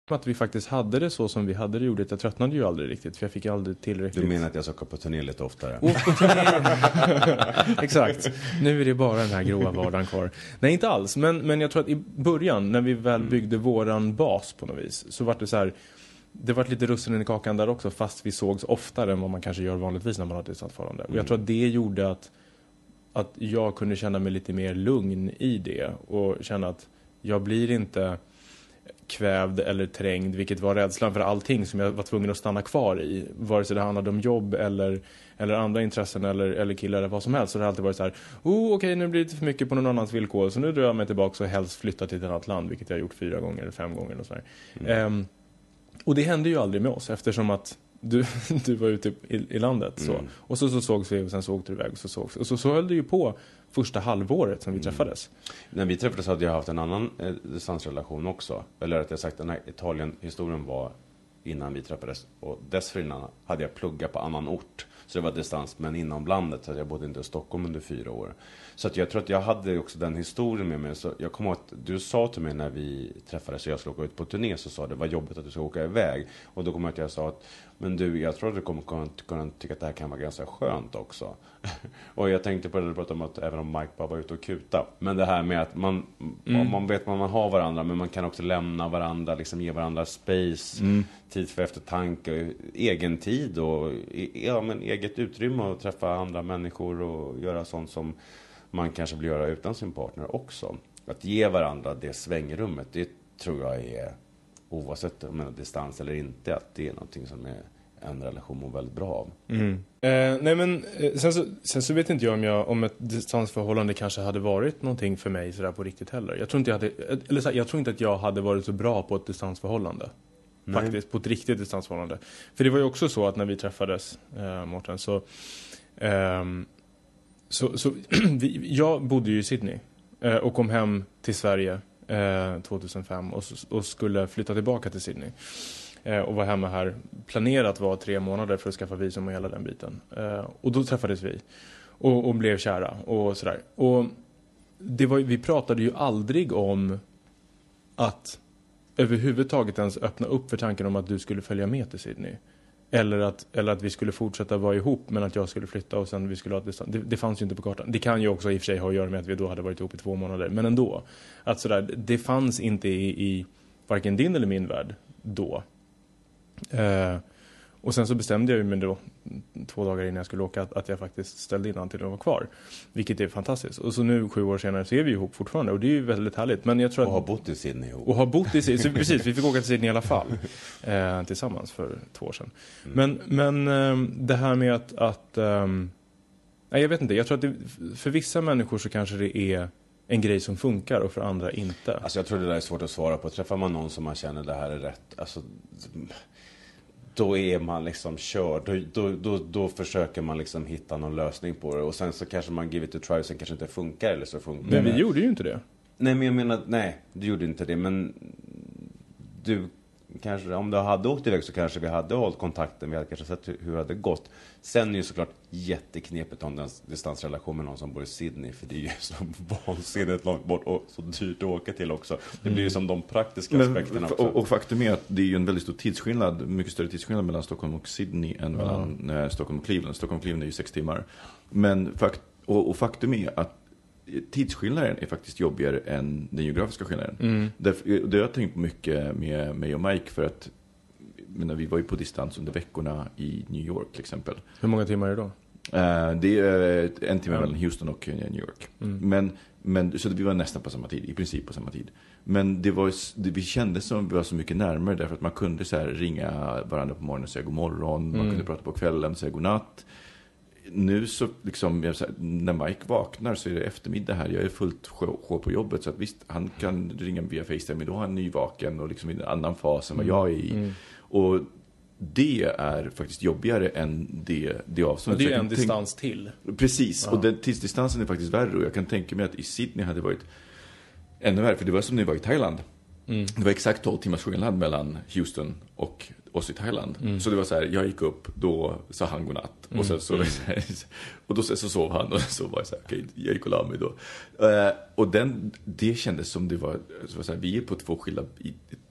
[SPEAKER 5] Att vi faktiskt hade det så som vi hade det gjorde, jag tröttnade ju aldrig riktigt, för jag fick aldrig tillräckligt.
[SPEAKER 7] Du menar att jag ska åka på turné lite oftare?
[SPEAKER 5] Åk på turné. Exakt. Nu är det bara den här gråa vardagen kvar. Nej, inte alls. Men, men jag tror att i början, när vi väl byggde våran bas på något vis, så var det så här, det var lite russinen i kakan där också, fast vi sågs oftare än vad man kanske gör vanligtvis när man har ett distansförhållande. Och jag tror att det gjorde att, att jag kunde känna mig lite mer lugn i det, och känna att jag blir inte kvävd eller trängd, vilket var rädslan för allting som jag var tvungen att stanna kvar i, vare sig det handlade om jobb eller, eller andra intressen eller, eller killar eller vad som helst. Så det har alltid varit så här, oh okej, okay, nu blir det lite för mycket på någon annans villkor, så nu drar jag mig tillbaka och helst flytta till ett annat land, vilket jag har gjort fyra gånger eller fem gånger och så mm. um, och det hände ju aldrig med oss, eftersom att du, du var ute i, i landet så. Mm. Och så, så sågs vi, och sen så åkte du iväg och så sågs. Och så, så höll det ju på första halvåret som vi träffades.
[SPEAKER 7] Mm. När vi träffades hade jag haft en annan eh, distansrelation också. Eller att jag sagt, den här Italien-historien var innan vi träffades. Och dessförinnan hade jag pluggat på annan ort. Så det var distans, men inom landet. Så jag bodde inte i Stockholm under fyra år. Så att jag tror att jag hade också den historien med mig. Så jag kommer ihåg att du sa till mig när vi träffades och jag skulle åka ut på turné, så sa det var jobbigt att du ska åka iväg. Och då kom jag att jag sa att, men du, jag tror att du kommer kunna, kunna tycka att det här kan vara ganska skönt också. Och jag tänkte på det du pratade om, att även om Mike bara var ute och kuta. Men det här med att man, mm. man vet vad man har varandra, men man kan också lämna varandra, liksom ge varandra space, mm. tid för eftertanke, egen tid och ja, men eget utrymme att träffa andra människor och göra sånt som man kanske vill göra utan sin partner också. Att ge varandra det svängrummet, det tror jag är, oavsett om det är distans eller inte, att det är någonting som är en relation mår väldigt bra av.
[SPEAKER 5] Mm. Eh, nej men eh, sen, så, sen så vet inte jag om, jag om ett distansförhållande kanske hade varit någonting för mig sådär på riktigt heller. Jag tror inte jag hade, eller så, jag tror inte att jag hade varit så bra på ett distansförhållande. Nej. Faktiskt, på ett riktigt distansförhållande. För det var ju också så att när vi träffades, eh, Mårten, så, eh, så, så vi, jag bodde ju i Sydney eh, och kom hem till Sverige eh, tjugohundrafem och, och skulle flytta tillbaka till Sydney. Eh, och var hemma här. Planerat var tre månader för att skaffa visum och hela den biten. Eh, och då träffades vi. Och, och blev kära och sådär. Och det var, vi pratade ju aldrig om att överhuvudtaget ens öppna upp för tanken om att du skulle följa med till Sydney. Eller att, eller att vi skulle fortsätta vara ihop, men att jag skulle flytta och sen vi skulle ha distans. Det, det fanns ju inte på kartan. Det kan ju också i och för sig ha att göra med att vi då hade varit ihop i två månader. Men ändå. Att sådär, det fanns inte i, i varken din eller min värld då. Eh, och sen så bestämde jag ju mig då två dagar innan jag skulle åka att, att jag faktiskt ställde innan till att vara kvar, vilket är fantastiskt. Och så nu sju år senare så är vi ihop fortfarande, och det är ju väldigt härligt. Men jag tror
[SPEAKER 7] och
[SPEAKER 5] att,
[SPEAKER 7] har bott i Sydney ihop.
[SPEAKER 5] och har bott i Sydney, precis, vi fick åka till Sydney i alla fall eh, tillsammans för två år sedan. Mm. Men, men eh, det här med att, att eh, nej, jag vet inte, jag tror att det, för vissa människor så kanske det är en grej som funkar och för andra inte.
[SPEAKER 7] Alltså jag tror det där är svårt att svara på. Träffar man någon som man känner det här är rätt, alltså då är man liksom körd. Då, då, då, då försöker man liksom hitta någon lösning på det. Och sen så kanske man give it a try, sen kanske inte funkar eller så funkar.
[SPEAKER 5] Men vi gjorde ju inte det.
[SPEAKER 7] Nej, men jag menar, nej, du gjorde inte det. Men du kanske, om du hade åkt iväg så kanske vi hade hållit kontakten. Vi hade kanske sett hur det hade gått. Sen är det ju såklart jätteknepigt om den distansrelation med någon som bor i Sydney. För det är ju så vansinnigt långt bort och så dyrt att åka till också. Det blir ju som de praktiska men, aspekterna också.
[SPEAKER 6] Och, och faktum är att det är ju en väldigt stor tidsskillnad. Mycket större tidsskillnad mellan Stockholm och Sydney än mellan ja. Stockholm och Cleveland. Stockholm och Cleveland är ju sex timmar. Men fakt, och, och faktum är att tidsskillnaden är faktiskt jobbigare än den geografiska skillnaden. Mm. Därför, det har jag tänkt på mycket med mig och Mike, för att men vi var ju på distans under veckorna i New York till exempel.
[SPEAKER 5] Hur många timmar är det då?
[SPEAKER 6] Uh, det är en timme mellan Houston och New York. Mm. Men, men, så vi var nästan på samma tid, i princip på samma tid. Men det var, det, vi kände som vi var så mycket närmare, därför att man kunde så här ringa varandra på morgonen och säga god morgon. Mm. Man kunde prata på kvällen och säga god natt. Nu så liksom, jag säger, när Mike vaknar så är det eftermiddag här. Jag är fullt sjå på jobbet, så att visst, han kan ringa via FaceTime, men då är han nyvaken och liksom i en annan fas än vad jag är i. Mm. Och det är faktiskt jobbigare än det, det avståndet.
[SPEAKER 5] Det är ju en distans tänk... till.
[SPEAKER 6] Precis, ja. Och den tidsdistansen är faktiskt värre. Och jag kan tänka mig att i Sydney hade det varit ännu värre, för det var som när vi var i Thailand. Mm. Det var exakt tolv timmars skillnad mellan Houston och oss i Thailand. Mm. Så det var så här, jag gick upp, då sa han godnatt. Mm. Och, sen så, mm. och då så sov han, och så var jag så här, okej, okay, jag gick och la mig då. Uh, och den, det kändes som det var, så var så här, vi är på två skilda, i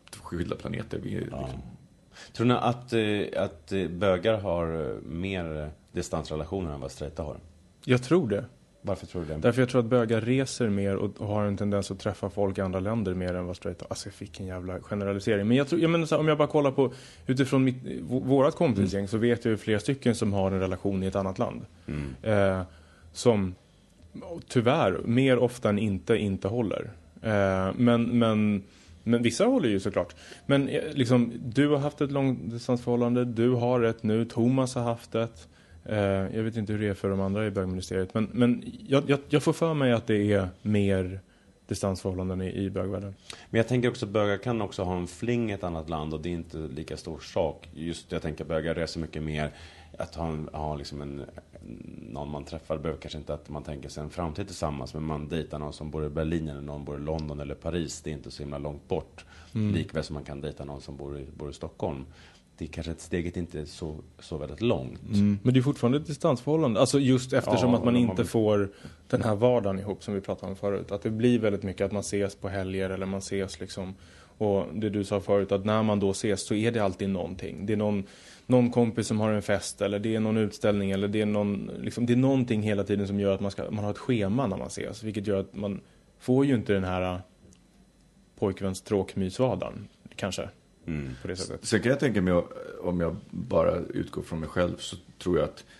[SPEAKER 6] skilda planeter. Vi,
[SPEAKER 7] ja.
[SPEAKER 6] liksom...
[SPEAKER 7] Tror ni att, att bögar har mer distansrelationer än vad straighta har?
[SPEAKER 5] Jag tror det.
[SPEAKER 7] Varför tror du det?
[SPEAKER 5] Därför jag tror att bögar reser mer och har en tendens att träffa folk i andra länder mer än vad straighta. Alltså jag fick en jävla generalisering. Men jag tror, jag menar så här, om jag bara kollar på utifrån mitt, v- vårat kompisgäng mm. så vet jag ju flera stycken som har en relation i ett annat land. Mm. Eh, som tyvärr mer ofta än inte inte håller. Eh, men, men, men vissa håller ju såklart. Men eh, liksom, du har haft ett långdistansförhållande, du har ett nu, Thomas har haft ett. Jag vet inte hur det är för de andra i bögministeriet. Men, men jag, jag, jag får för mig att det är mer distansförhållanden i, i bögvärlden.
[SPEAKER 7] Men jag tänker också att bögar kan också ha en fling i ett annat land. Och det är inte lika stor sak. Just jag tänker att bögar reser mycket mer. Att ha, en, ha liksom en, någon man träffar behöver kanske inte att man tänker sig en framtid tillsammans. Men man dejtar någon som bor i Berlin eller någon bor i London eller Paris. Det är inte så himla långt bort. Mm. Likväl som man kan dejta någon som bor i, bor i Stockholm. Det är kanske ett steget inte är så, så väldigt långt.
[SPEAKER 5] Mm. Men det är fortfarande ett distansförhållande. Alltså just eftersom ja, att man inte man... får den här vardagen ihop som vi pratade om förut. Att det blir väldigt mycket att man ses på helger eller man ses liksom. Och det du sa förut, att när man då ses så är det alltid någonting. Det är någon, någon kompis som har en fest eller det är någon utställning eller det är, någon, liksom, det är någonting hela tiden som gör att man, ska, man har ett schema när man ses. Vilket gör att man får ju inte den här pojkväns tråkmysvardagen kanske. Mm. På det sättet.
[SPEAKER 6] Sen kan jag tänka mig, om jag bara utgår från mig själv, så tror jag att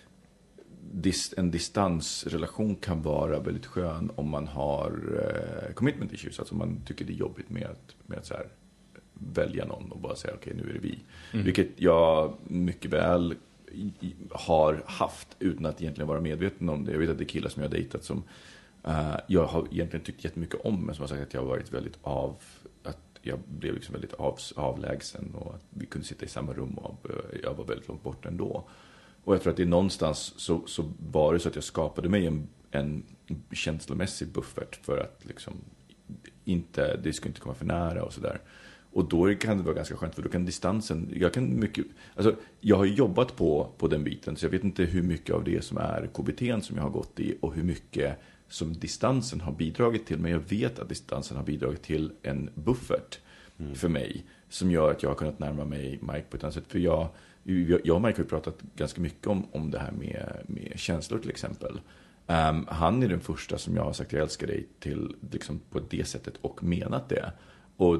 [SPEAKER 6] en distansrelation kan vara väldigt skön om man har eh, commitment issues. Alltså om man tycker det är jobbigt med att, med att så här, välja någon och bara säga okej, okay, nu är det vi. Mm. Vilket jag mycket väl har haft utan att egentligen vara medveten om det. Jag vet att det är killar som jag har dejtat som uh, jag har egentligen tyckt jättemycket om, men som har sagt att jag har varit väldigt av... Jag blev liksom väldigt av, avlägsen och att vi kunde sitta i samma rum och jag var väldigt långt bort ändå. Och jag tror att det är någonstans så, så var det så att jag skapade mig en, en känslomässig buffert för att liksom inte, det skulle inte komma för nära och sådär. Och då kan det vara ganska skönt, för då kan distansen, jag kan mycket, alltså jag har jobbat på, på den biten, så jag vet inte hur mycket av det som är K B T som jag har gått i och hur mycket som distansen har bidragit till, men jag vet att distansen har bidragit till en buffert mm. för mig som gör att jag har kunnat närma mig Mike på ett annat sätt. För jag, jag och Mike har pratat ganska mycket om, om det här med, med känslor till exempel. Um, han är den första som jag har sagt jag älskar dig till liksom på det sättet och menat det. Och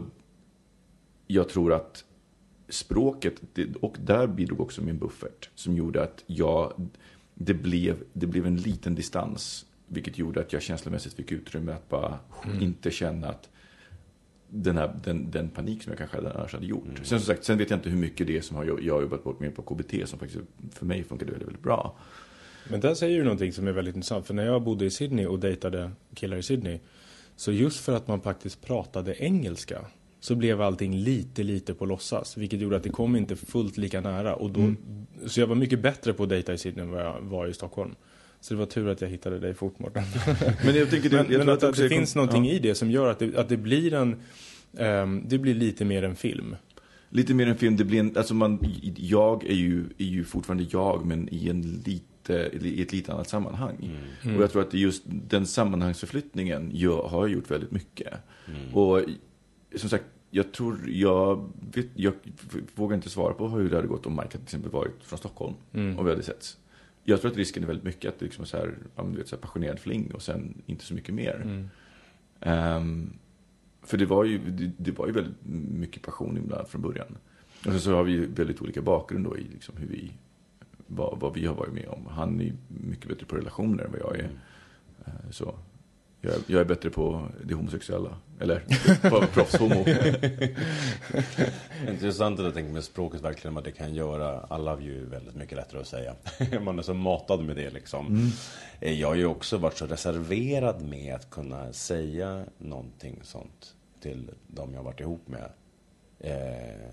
[SPEAKER 6] jag tror att språket, det, och där bidrog också min buffert som gjorde att jag, det blev, det blev en liten distans. Vilket gjorde att jag känslomässigt fick utrymme att bara mm. inte känna att den, här, den, den panik som jag kanske annars hade gjort. Mm. Sen, som sagt, sen vet jag inte hur mycket det är som har, jag har jobbat bort mer på K B T som faktiskt för mig funkade väldigt, väldigt bra.
[SPEAKER 5] Men där säger du någonting som är väldigt intressant. För när jag bodde i Sydney och dejtade killar i Sydney, så just för att man faktiskt pratade engelska så blev allting lite, lite på låtsas. Vilket gjorde att det kom inte fullt lika nära. Och då, mm. Så jag var mycket bättre på att dejta i Sydney än vad jag var i Stockholm. Så det var tur att jag hittade dig fort, Mårten.
[SPEAKER 6] Men jag tänker det,
[SPEAKER 5] men,
[SPEAKER 6] jag
[SPEAKER 5] men
[SPEAKER 6] tror
[SPEAKER 5] att,
[SPEAKER 6] att,
[SPEAKER 5] att det finns
[SPEAKER 6] kom,
[SPEAKER 5] någonting
[SPEAKER 6] ja.
[SPEAKER 5] i det som gör att det, att det blir en um, det blir lite mer en film.
[SPEAKER 6] Lite mer en film, det blir en, alltså man, jag är ju, är ju fortfarande jag, men i en lite, i ett lite annat sammanhang. Mm. Mm. Och jag tror att det just den sammanhangsförflyttningen jag, har gjort väldigt mycket. Mm. Och som sagt, jag tror, jag, vet, jag vågar inte svara på hur det hade gått om Mike till exempel varit från Stockholm mm. och vi hade setts. Jag tror att risken är väldigt mycket att det liksom är så här, om du vet, så här passionerad fling och sen inte så mycket mer. Mm. Um, för det var ju det, det var ju väldigt mycket passion ibland från början. Och så, så har vi väldigt olika bakgrund då i liksom hur vi vad, vad vi har varit med om. Han är mycket bättre på relationer än vad jag är. Mm. Uh, så jag, jag är bättre på det homosexuella. Eller på proffshomo.
[SPEAKER 7] Intressant att jag tänker med språket verkligen vad det kan göra. Alla har ju väldigt mycket lättare att säga. Man är så matad med det liksom. Mm. Jag har ju också varit så reserverad med att kunna säga någonting sånt till de jag har varit ihop med. Eh,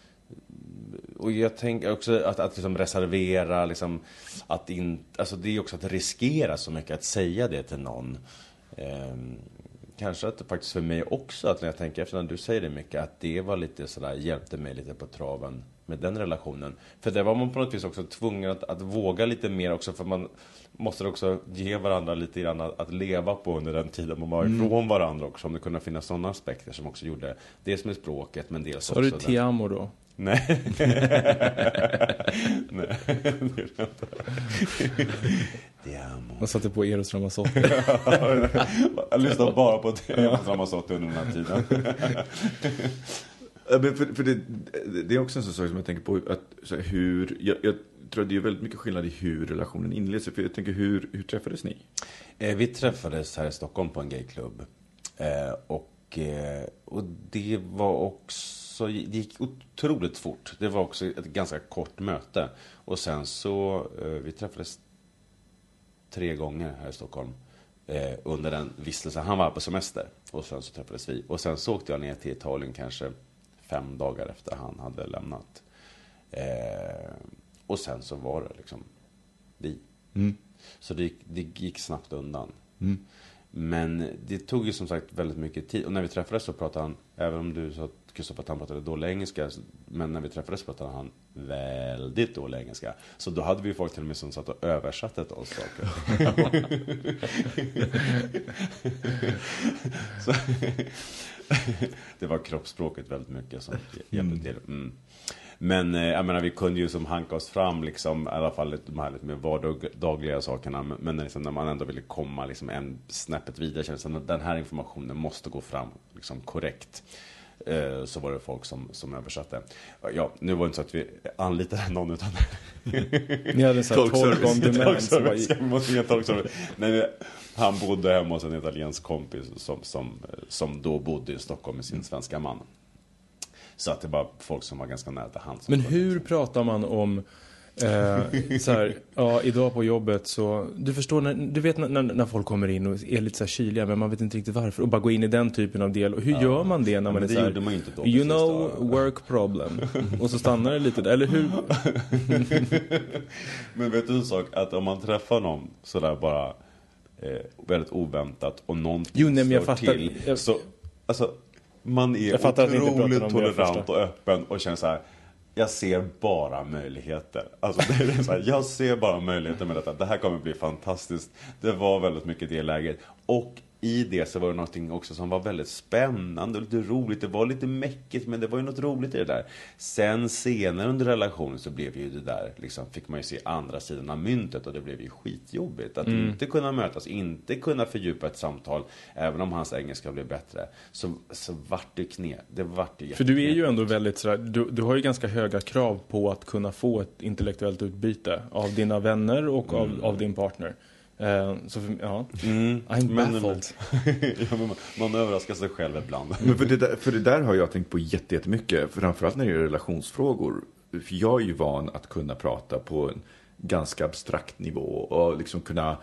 [SPEAKER 7] och jag tänker också att, att liksom reservera liksom, att in, alltså det är också att riskera så mycket att säga det till någon. Eh, kanske att det faktiskt för mig också, att när jag tänker efter när du säger det mycket, att det var lite sådär, hjälpte mig lite på traven med den relationen. För det var man på något vis också tvungen att, att våga lite mer också, för man måste också ge varandra lite grann att, att leva på under den tiden man var ifrån mm. varandra också, om det kunde finnas sådana aspekter som också gjorde det som är språket, men dels
[SPEAKER 5] så också... Så har du ti amo då?
[SPEAKER 7] Nej. Nej. Ti amo.
[SPEAKER 5] Man satte på Eros Ramazzotti.
[SPEAKER 7] Jag lyssnade bara på Eros Ramazzotti under den här tiden.
[SPEAKER 6] Men för, för det, det är också en sån sak som jag tänker på, att så här, hur jag, jag tror att det är väldigt mycket skillnad i hur relationen inleds. För jag tänker, hur, hur träffades ni?
[SPEAKER 7] Eh, vi träffades här i Stockholm på en gayklubb. Eh, och, eh, och det var också, det gick otroligt fort. Det var också ett ganska kort möte. Och sen så, eh, vi träffades tre gånger här i Stockholm. Eh, under den vistelsen. Han var på semester. Och sen så träffades vi. Och sen så åkte jag ner till Italien kanske fem dagar efter han hade lämnat. Eh, och sen så var det liksom vi.
[SPEAKER 6] Mm.
[SPEAKER 7] Så det, det gick snabbt undan.
[SPEAKER 6] Mm.
[SPEAKER 7] Men det tog ju som sagt väldigt mycket tid. Och när vi träffades så pratade han, även om du sa att Kristoffer att han pratade dålig engelska, men när vi träffades så pratade han väldigt dålig engelska. Så då hade vi folk till och med som satt och översatte ett oss saker. Så, det var kroppsspråket väldigt mycket som hjälpte till. Mm. Men eh, jag menar, vi kunde ju som hanka oss fram liksom, i alla fall de här lite mer vardagliga sakerna, men, men liksom, när man ändå ville komma liksom, en snäppet vidare, kändes det att den här informationen måste gå fram liksom, korrekt. Eh, så var det folk som, som översatte. Ja, nu var det inte så att vi anlitade någon, utan
[SPEAKER 5] ni hade så här tolk on demand som var...
[SPEAKER 7] Nej, han bodde hemma hos en italiensk kompis som, som, som då bodde i Stockholm med sin svenska man. Så att det var folk som var ganska nära till hands.
[SPEAKER 5] Men hur liksom pratar man om eh, så här, ja, idag på jobbet så, du förstår, när, du vet när, när folk kommer in och är lite så här kyliga, men man vet inte riktigt varför, och bara gå in i den typen av del. Och hur ja. gör man det när man ja, är så här,
[SPEAKER 7] man inte då,
[SPEAKER 5] you know, då. Work problem, och så stannar det lite där, eller hur?
[SPEAKER 7] Men vet du en sak, att om man träffar någon så där bara eh, väldigt oväntat och någonting
[SPEAKER 5] jo, nej, men jag fattar,
[SPEAKER 7] till,
[SPEAKER 5] jag,
[SPEAKER 7] så alltså man är otroligt tolerant och öppen och känner så här, jag ser bara möjligheter. Alltså det är så här, jag ser bara möjligheter med detta. Det här kommer bli fantastiskt. Det var väldigt mycket det läget. Och i det så var det någonting också som var väldigt spännande och lite roligt. Det var lite mäckigt, men det var ju något roligt i det där. Sen senare under relationen så blev ju det där, liksom, fick man ju se andra sidan av myntet, och det blev ju skitjobbigt. Att mm. inte kunna mötas, inte kunna fördjupa ett samtal, även om hans engelska blev bättre. Så, så vart det knä. Det vart det
[SPEAKER 5] För du är ju ändå väldigt sådär, du, du har ju ganska höga krav på att kunna få ett intellektuellt utbyte av dina vänner och av, mm. av din partner. Uh, så för, ja. mm. I'm
[SPEAKER 7] men,
[SPEAKER 5] baffled.
[SPEAKER 7] ja, men man, man överraskar sig själv ibland.
[SPEAKER 6] Men för, det där, för det där har jag tänkt på jättemycket, framförallt när det gäller relationsfrågor. För jag är ju van att kunna prata på en ganska abstrakt nivå och liksom kunna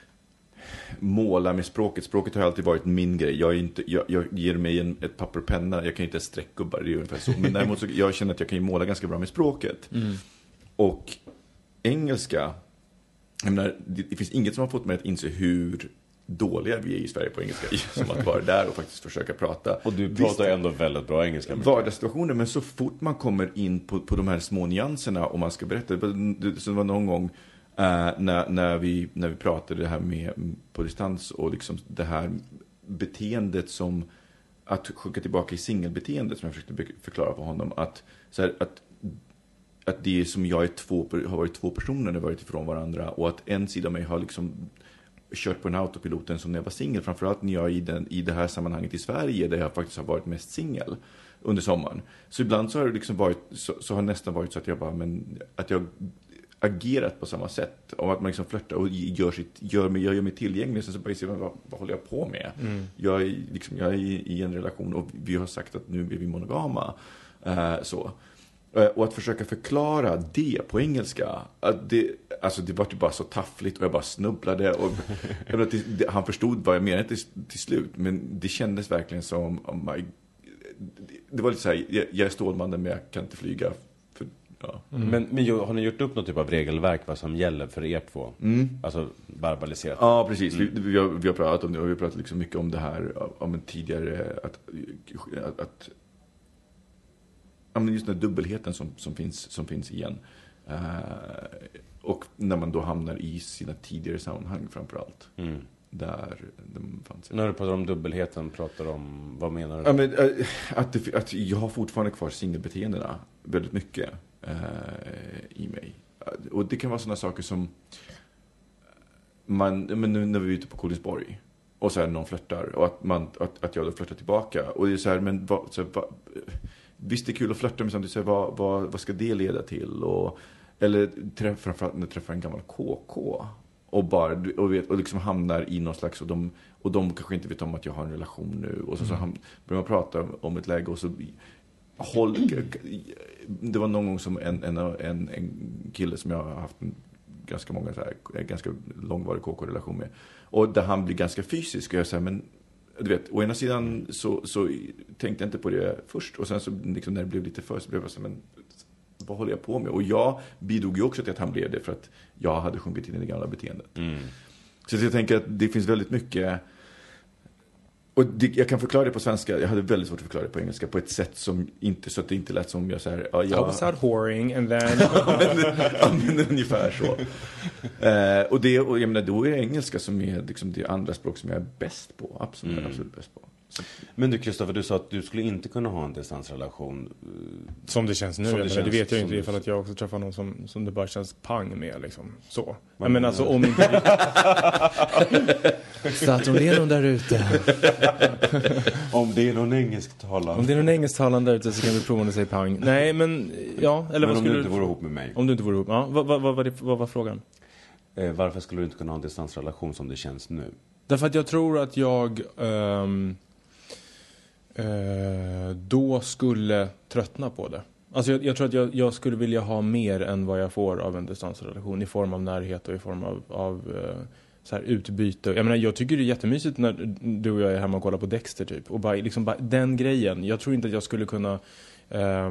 [SPEAKER 6] måla med språket. Språket har alltid varit min grej. Jag, är inte, jag, jag ger mig en, ett papper och penna. Jag kan inte streckgubbar, det är ungefär så. Men däremot så jag känner att jag kan ju måla ganska bra med språket.
[SPEAKER 5] Mm.
[SPEAKER 6] Och engelska, jag menar, det, det finns inget som har fått mig att inse hur dåliga vi är i Sverige på engelska, som att vara där och faktiskt försöka prata.
[SPEAKER 7] Och du pratar Visst, ändå väldigt bra engelska.
[SPEAKER 6] Vardagssituationer, men så fort man kommer in på, på de här små nyanserna och man ska berätta, det, det var någon gång uh, när, när, vi, när vi pratade det här med på distans och liksom det här beteendet som att skicka tillbaka i singelbeteendet, som jag försökte förklara för honom, att, så här, att att det som jag är två, har varit två personer när vi varit ifrån varandra, och att en sida av mig har liksom kört på en autopiloten som när jag var singel, framförallt när jag i, den, i det här sammanhanget i Sverige där jag faktiskt har varit mest singel under sommaren. Så ibland så har det liksom varit så, så har det nästan varit så att jag bara men att jag agerat på samma sätt, och att man liksom flörtar och gör sitt gör mig, jag gör mig tillgänglig, så bara säger vad, vad håller jag på med?
[SPEAKER 5] Mm.
[SPEAKER 6] Jag är liksom jag är i, i en relation och vi har sagt att nu är vi monogama uh, så. Och att försöka förklara det på engelska, att det, alltså det var ju bara så taffligt och jag bara snubblade och jag det, det, han förstod vad jag menade till, till slut, men det kändes verkligen som oh my, det, det var lite så här, jag, jag är Stålmannen men jag kan inte flyga för, ja.
[SPEAKER 7] mm. Men, men har ni gjort upp någon typ av regelverk vad som gäller för er två?
[SPEAKER 6] Mm.
[SPEAKER 7] Alltså verbaliserat?
[SPEAKER 6] Ja, precis. Mm. Vi, vi, har, vi har pratat om det, och vi har pratat liksom mycket om det här om en tidigare att, att, att ja, men just den dubbelheten som, som, finns, som finns igen. Uh, och när man då hamnar i sina tidigare sammanhang framförallt. Mm. Där de fanns.
[SPEAKER 7] När du pratar om dubbelheten, pratar om, vad menar du?
[SPEAKER 6] Ja, men, uh, att, det, att jag har fortfarande kvar singelbeteendena väldigt mycket uh, i mig. Uh, och det kan vara sådana saker som man, men nu när vi är ute på Kolingsborg och så här någon flörtar och att, man, att, att jag då flörtar tillbaka. Och det är så här, men vad, så här, vad, visst det är kul att flörta, men samtidigt så här, vad, vad, vad ska det leda till? Och, eller träff, framförallt när jag träffar en gammal K K och bara och, vet, och liksom hamnar i någon slags, och de, och de kanske inte vet om att jag har en relation nu, och så, mm. så ham, börjar man prata om ett läge och så håll, det var någon gång som en, en, en, en kille som jag har haft en ganska många så här, ganska långvarig K K-relation med, och där han blir ganska fysisk, och jag säger, men du vet, å ena sidan så, så tänkte jag inte på det först, och sen så liksom, när det blev lite för så blev jag så, men vad håller jag på med? Och jag bidrog ju också till att han blev det, för att jag hade sjunkit in i det gamla beteendet. Mm. Så jag tänker att det finns väldigt mycket, och det, jag kan förklara det på svenska, jag hade väldigt svårt att förklara det på engelska på ett sätt som inte, så att det inte lät som jag så här, ja, jag...
[SPEAKER 5] I was out whoring and then...
[SPEAKER 6] ja, men, ja, men ungefär så. uh, och, det, och jag menar, då är det engelska som är liksom det andra språk som jag är bäst på, absolut, mm. absolut bäst på. Så.
[SPEAKER 7] Men du, Kristoffer, du sa att du skulle inte kunna ha en distansrelation.
[SPEAKER 5] Som det känns nu.
[SPEAKER 7] Det,
[SPEAKER 5] det,
[SPEAKER 7] känns,
[SPEAKER 5] det vet jag inte, ifall att jag också träffar någon som, som det bara känns pang med. Liksom. Så. Men, men alltså om inte... Så att om det är någon där ute...
[SPEAKER 7] om det är någon engelsktalande.
[SPEAKER 5] Om det är någon engelsktalande där ute så kan vi prova att säga pang. Nej, men... Ja, eller
[SPEAKER 7] men
[SPEAKER 5] vad
[SPEAKER 7] om
[SPEAKER 5] skulle
[SPEAKER 7] du inte
[SPEAKER 5] du...
[SPEAKER 7] vore ihop med mig.
[SPEAKER 5] Om du inte vore ihop, ja. Vad, vad, vad, vad, vad var frågan?
[SPEAKER 7] Eh, varför skulle du inte kunna ha en distansrelation som det känns nu?
[SPEAKER 5] Därför att jag tror att jag... Um... Eh, då skulle tröttna på det. Alltså jag, jag tror att jag, jag skulle vilja ha mer än vad jag får av en distansrelation, i form av närhet och i form av, av eh, så här utbyte. Jag menar, jag tycker det är jättemysigt när du och jag är hemma och kollar på Dexter typ, och bara, liksom bara den grejen. Jag tror inte att jag skulle kunna eh,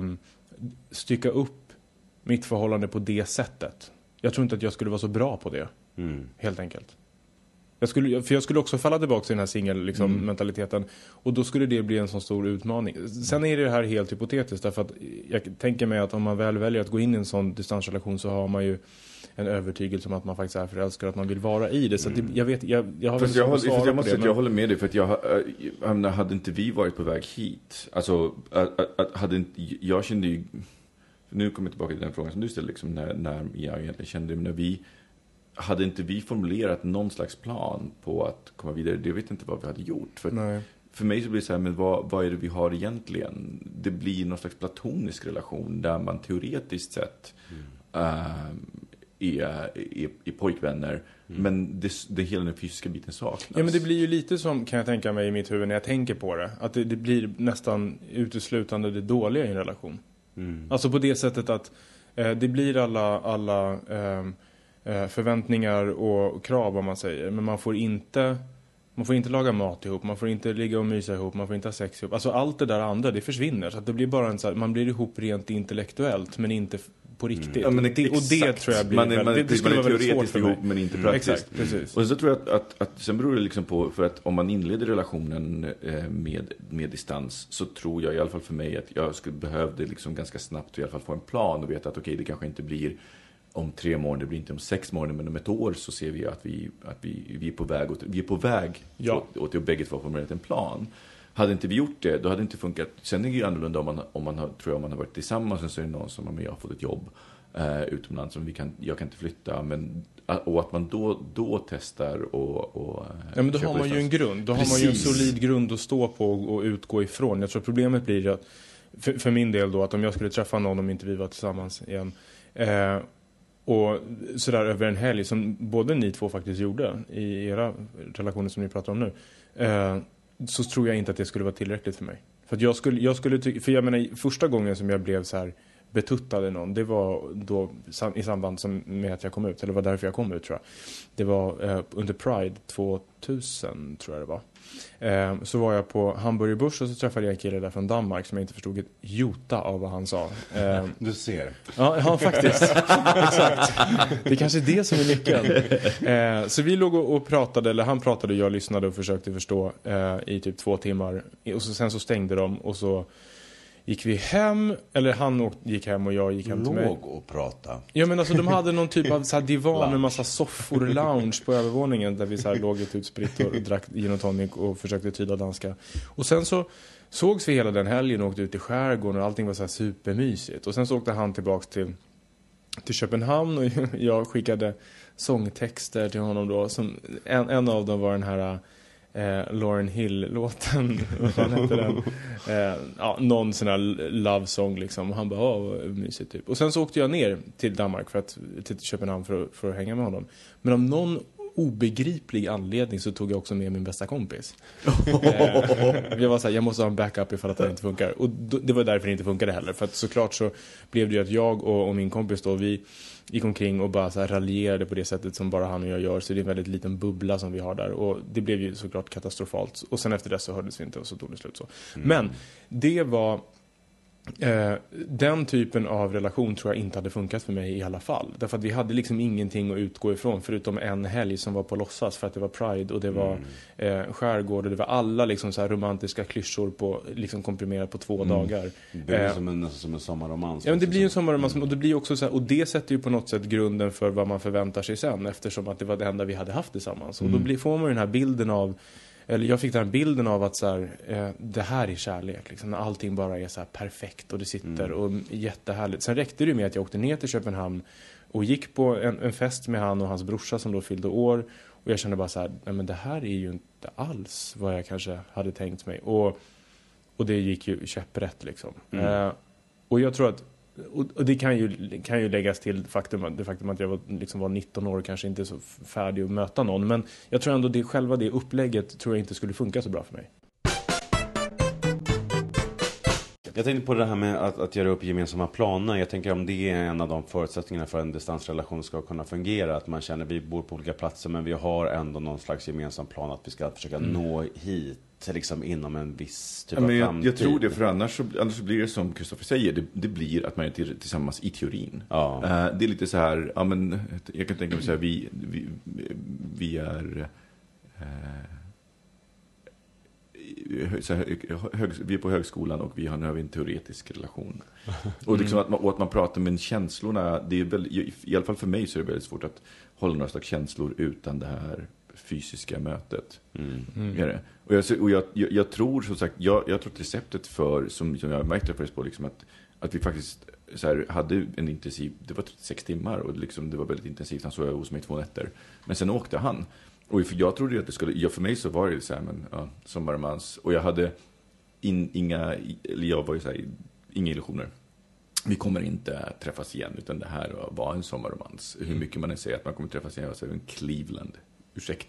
[SPEAKER 5] stycka upp mitt förhållande på det sättet. Jag tror inte att jag skulle vara så bra på det. Mm. Helt enkelt. Jag skulle, för jag skulle också falla tillbaka till den här singel-mentaliteten. Liksom, mm. Och då skulle det bli en sån stor utmaning. Sen är det här helt hypotetiskt. Därför att jag tänker mig att om man väl väljer att gå in i en sån distansrelation, så har man ju en övertygelse om att man faktiskt är förälskad, att man vill vara i det. Så att det, jag vet, jag, jag har väl
[SPEAKER 6] jag, håller, jag, måste,
[SPEAKER 5] det,
[SPEAKER 6] men... jag håller med dig, för att jag, jag hade inte vi varit på väg hit. Alltså, att, att, hade inte, jag kände ju... Nu kommer jag tillbaka till den frågan som du ställde, liksom, när, när jag egentligen kände, när vi... Hade inte vi formulerat någon slags plan på att komma vidare, det vet inte vad vi hade gjort. För,
[SPEAKER 5] Nej.
[SPEAKER 6] för mig så blir det så här, men vad, vad är det vi har egentligen? Det blir någon slags platonisk relation där man teoretiskt sett mm. äh, är, är, är pojkvänner. Mm. Men det, det hela den fysiska biten saknas.
[SPEAKER 5] Ja, men det blir ju lite som, kan jag tänka mig i mitt huvud när jag tänker på det. Att det, det blir nästan uteslutande det dåliga i en relation. Mm. Alltså på det sättet att eh, det blir alla... alla eh, förväntningar och krav, om man säger, men man får inte man får inte laga mat ihop, man får inte ligga och mysa ihop, man får inte ha sex ihop, alltså allt det där andra, det försvinner, så att det blir bara en så här, man blir ihop rent intellektuellt men inte på riktigt.
[SPEAKER 6] Mm. Ja, men
[SPEAKER 5] det, och det tror jag blir
[SPEAKER 6] man är, man,
[SPEAKER 5] det, det skulle
[SPEAKER 6] man är
[SPEAKER 5] vara väldigt svårt för mig.
[SPEAKER 6] Ihop, men inte praktiskt.
[SPEAKER 5] Exakt, precis.
[SPEAKER 6] Och så tror jag att, att, att sen beror det liksom på, för att om man inleder relationen med, med distans, så tror jag i alla fall för mig att jag skulle behövde liksom ganska snabbt i alla fall få en plan och veta att okej, okay, det kanske inte blir om tre månader, det blir inte om sex månader, men om ett år så ser vi att vi, att vi, vi är på väg åt, vi är på väg
[SPEAKER 5] ja.
[SPEAKER 6] åt, åt det, och bägge två formulerat en plan. Hade inte vi gjort det, då hade det inte funkat. Sen är det ju annorlunda om man, om man har, tror jag, om man har varit tillsammans, och så är det någon som jag har fått ett jobb eh, utomlands som vi kan, jag kan inte flytta, men och att man då, då testar och, och
[SPEAKER 5] ja, men då har man ju en grund, då Precis. har man ju en solid grund att stå på och, och utgå ifrån. Jag tror problemet blir att för, för min del då, att om jag skulle träffa någon, om inte vi var tillsammans igen, eh, och sådär över en helg, som både ni två faktiskt gjorde i era relationer som ni pratar om nu, eh, så tror jag inte att det skulle vara tillräckligt för mig. För att jag skulle, jag skulle ty- för jag menar, första gången som jag blev så här betuttad i någon, det var då i samband med att jag kom ut, eller var därför jag kom ut, tror jag. Det var eh, under Pride tvåtusen, tror jag det var. Eh, så var jag på Hamburger Börs, och så träffade jag en kille där från Danmark som jag inte förstod ett jota av vad han sa. Eh,
[SPEAKER 7] du ser.
[SPEAKER 5] Ja, ja faktiskt. Exakt. Det är kanske det som är nyckeln. Eh, så vi låg och, och pratade, eller han pratade, jag lyssnade och försökte förstå eh, i typ två timmar. Och så, sen så stängde de, och så gick vi hem, eller han åkte, gick hem och jag gick hem till mig.
[SPEAKER 7] Låg och prata.
[SPEAKER 5] Ja, men alltså de hade någon typ av så här divan med massa soffor, lounge på övervåningen där vi så här låg ett utspritt och drack gin och tonic och försökte tyda danska. Och sen så sågs vi hela den helgen och åkte ut i skärgården och allting var så här supermysigt. Och sen så åkte han tillbaks till, till Köpenhamn och jag skickade sångtexter till honom då. Som, en, en av dem var den här eh, Lauryn Hill-låten. Vad hette den? Eh, ja, någon sån här love song liksom. Och han bara, ja, vad mysigt typ. Och sen så åkte jag ner till Danmark för att, till Köpenhamn för, att- för att hänga med honom. Men av någon obegriplig anledning så tog jag också med min bästa kompis. eh, jag var så här, jag måste ha en backup ifall att det inte funkar. Och då, det var därför det inte funkade heller. För att såklart så blev det ju att jag och, och min kompis då, vi gick omkring och bara så här raljerade på det sättet som bara han och jag gör. Så det är en väldigt liten bubbla som vi har där. Och det blev ju såklart katastrofalt. Och sen efter det så hördes vi inte och så tog det slut så. Mm. Men det var... Eh, den typen av relation tror jag inte hade funkat för mig i alla fall. Därför att vi hade liksom ingenting att utgå ifrån förutom en helg som var på låtsas för att det var Pride och det var mm. eh, skärgård och det var alla liksom så här romantiska klyschor på, liksom komprimerat på två mm. dagar.
[SPEAKER 7] Det blir
[SPEAKER 5] eh,
[SPEAKER 7] som en, som en sommarromans.
[SPEAKER 5] Ja, men det blir ju en sommarromans och det blir också så här, och det sätter ju på något sätt grunden för vad man förväntar sig sen eftersom att det var det enda vi hade haft tillsammans. Och mm. då blir, får man ju den här bilden av eller jag fick den här bilden av att så här, eh, det här är kärlek liksom, när allting bara är så här perfekt och det sitter mm. och jättehärligt. Sen räckte det med att jag åkte ner till Köpenhamn och gick på en, en fest med han och hans brorsa som då fyllde år och jag kände bara så här, nej men det här är ju inte alls vad jag kanske hade tänkt mig och, och det gick ju käpprätt liksom. Mm. Eh, och jag tror att och det kan ju, kan ju läggas till faktum, det faktum att jag var, liksom var nitton år kanske inte så färdig att möta någon. Men jag tror ändå det själva det upplägget tror jag inte skulle funka så bra för mig.
[SPEAKER 7] Jag tänkte på det här med att, att göra upp gemensamma planer. Jag tänker om det är en av de förutsättningarna för en distansrelation ska kunna fungera. Att man känner att vi bor på olika platser men vi har ändå någon slags gemensam plan att vi ska försöka mm. nå hit. Liksom inom en viss typ
[SPEAKER 6] ja, men
[SPEAKER 7] av
[SPEAKER 6] jag,
[SPEAKER 7] framtid.
[SPEAKER 6] jag tror det, för annars så, annars så blir det som Kristoffer säger, det, det blir att man är till, tillsammans i teorin. Ja. Uh, det är lite så här, ja, men, jag kan tänka mig så här, vi, vi, vi är uh, så här, hög, vi är på högskolan och vi har, nu har vi en teoretisk relation. Och, liksom att man, och att man pratar med känslorna, det är väl, i, i alla fall för mig så är det väldigt svårt att hålla några slags känslor utan det här fysiska mötet. Mm. Mm. Är det? Och, jag, och jag, jag, jag tror som sagt, jag, jag tror att receptet för, som, som jag märkte på, liksom att, att vi faktiskt så här, hade en intensiv, det var trettiosex timmar och liksom, det var väldigt intensivt, han såg hos mig två nätter. Men sen åkte han. Och för jag trodde att det skulle, ja, för mig så var det så här, men ja, sommarmans. Och jag hade in, inga, eller jag var ju så här, inga illusioner. Vi kommer inte träffas igen, utan det här var en sommarromans. Hur mycket man än säger att man kommer träffas igen, så är det en Cleveland. Ursäkta.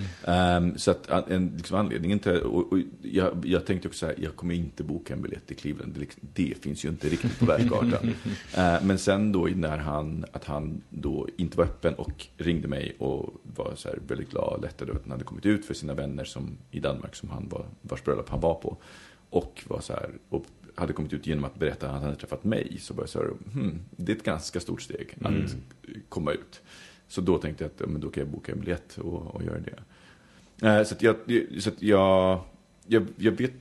[SPEAKER 6] Mm. Um, så att en, liksom anledningen till, och, och jag, jag tänkte också så här, jag kommer inte boka en biljett till Cleveland. Det, det finns ju inte riktigt på världskartan. uh, men sen då när han, att han då inte var öppen och ringde mig och var så här väldigt glad och lättad över att han hade kommit ut för sina vänner som, i Danmark som han var, vars bröllop han var på. Och var så här, och hade kommit ut genom att berätta att han hade träffat mig. Så var jag så här, hmm, det är ett ganska stort steg att mm. komma ut. Så då tänkte jag att men då kan jag boka en biljett och, och göra det. Eh, så att jag, så att jag, jag, jag vet,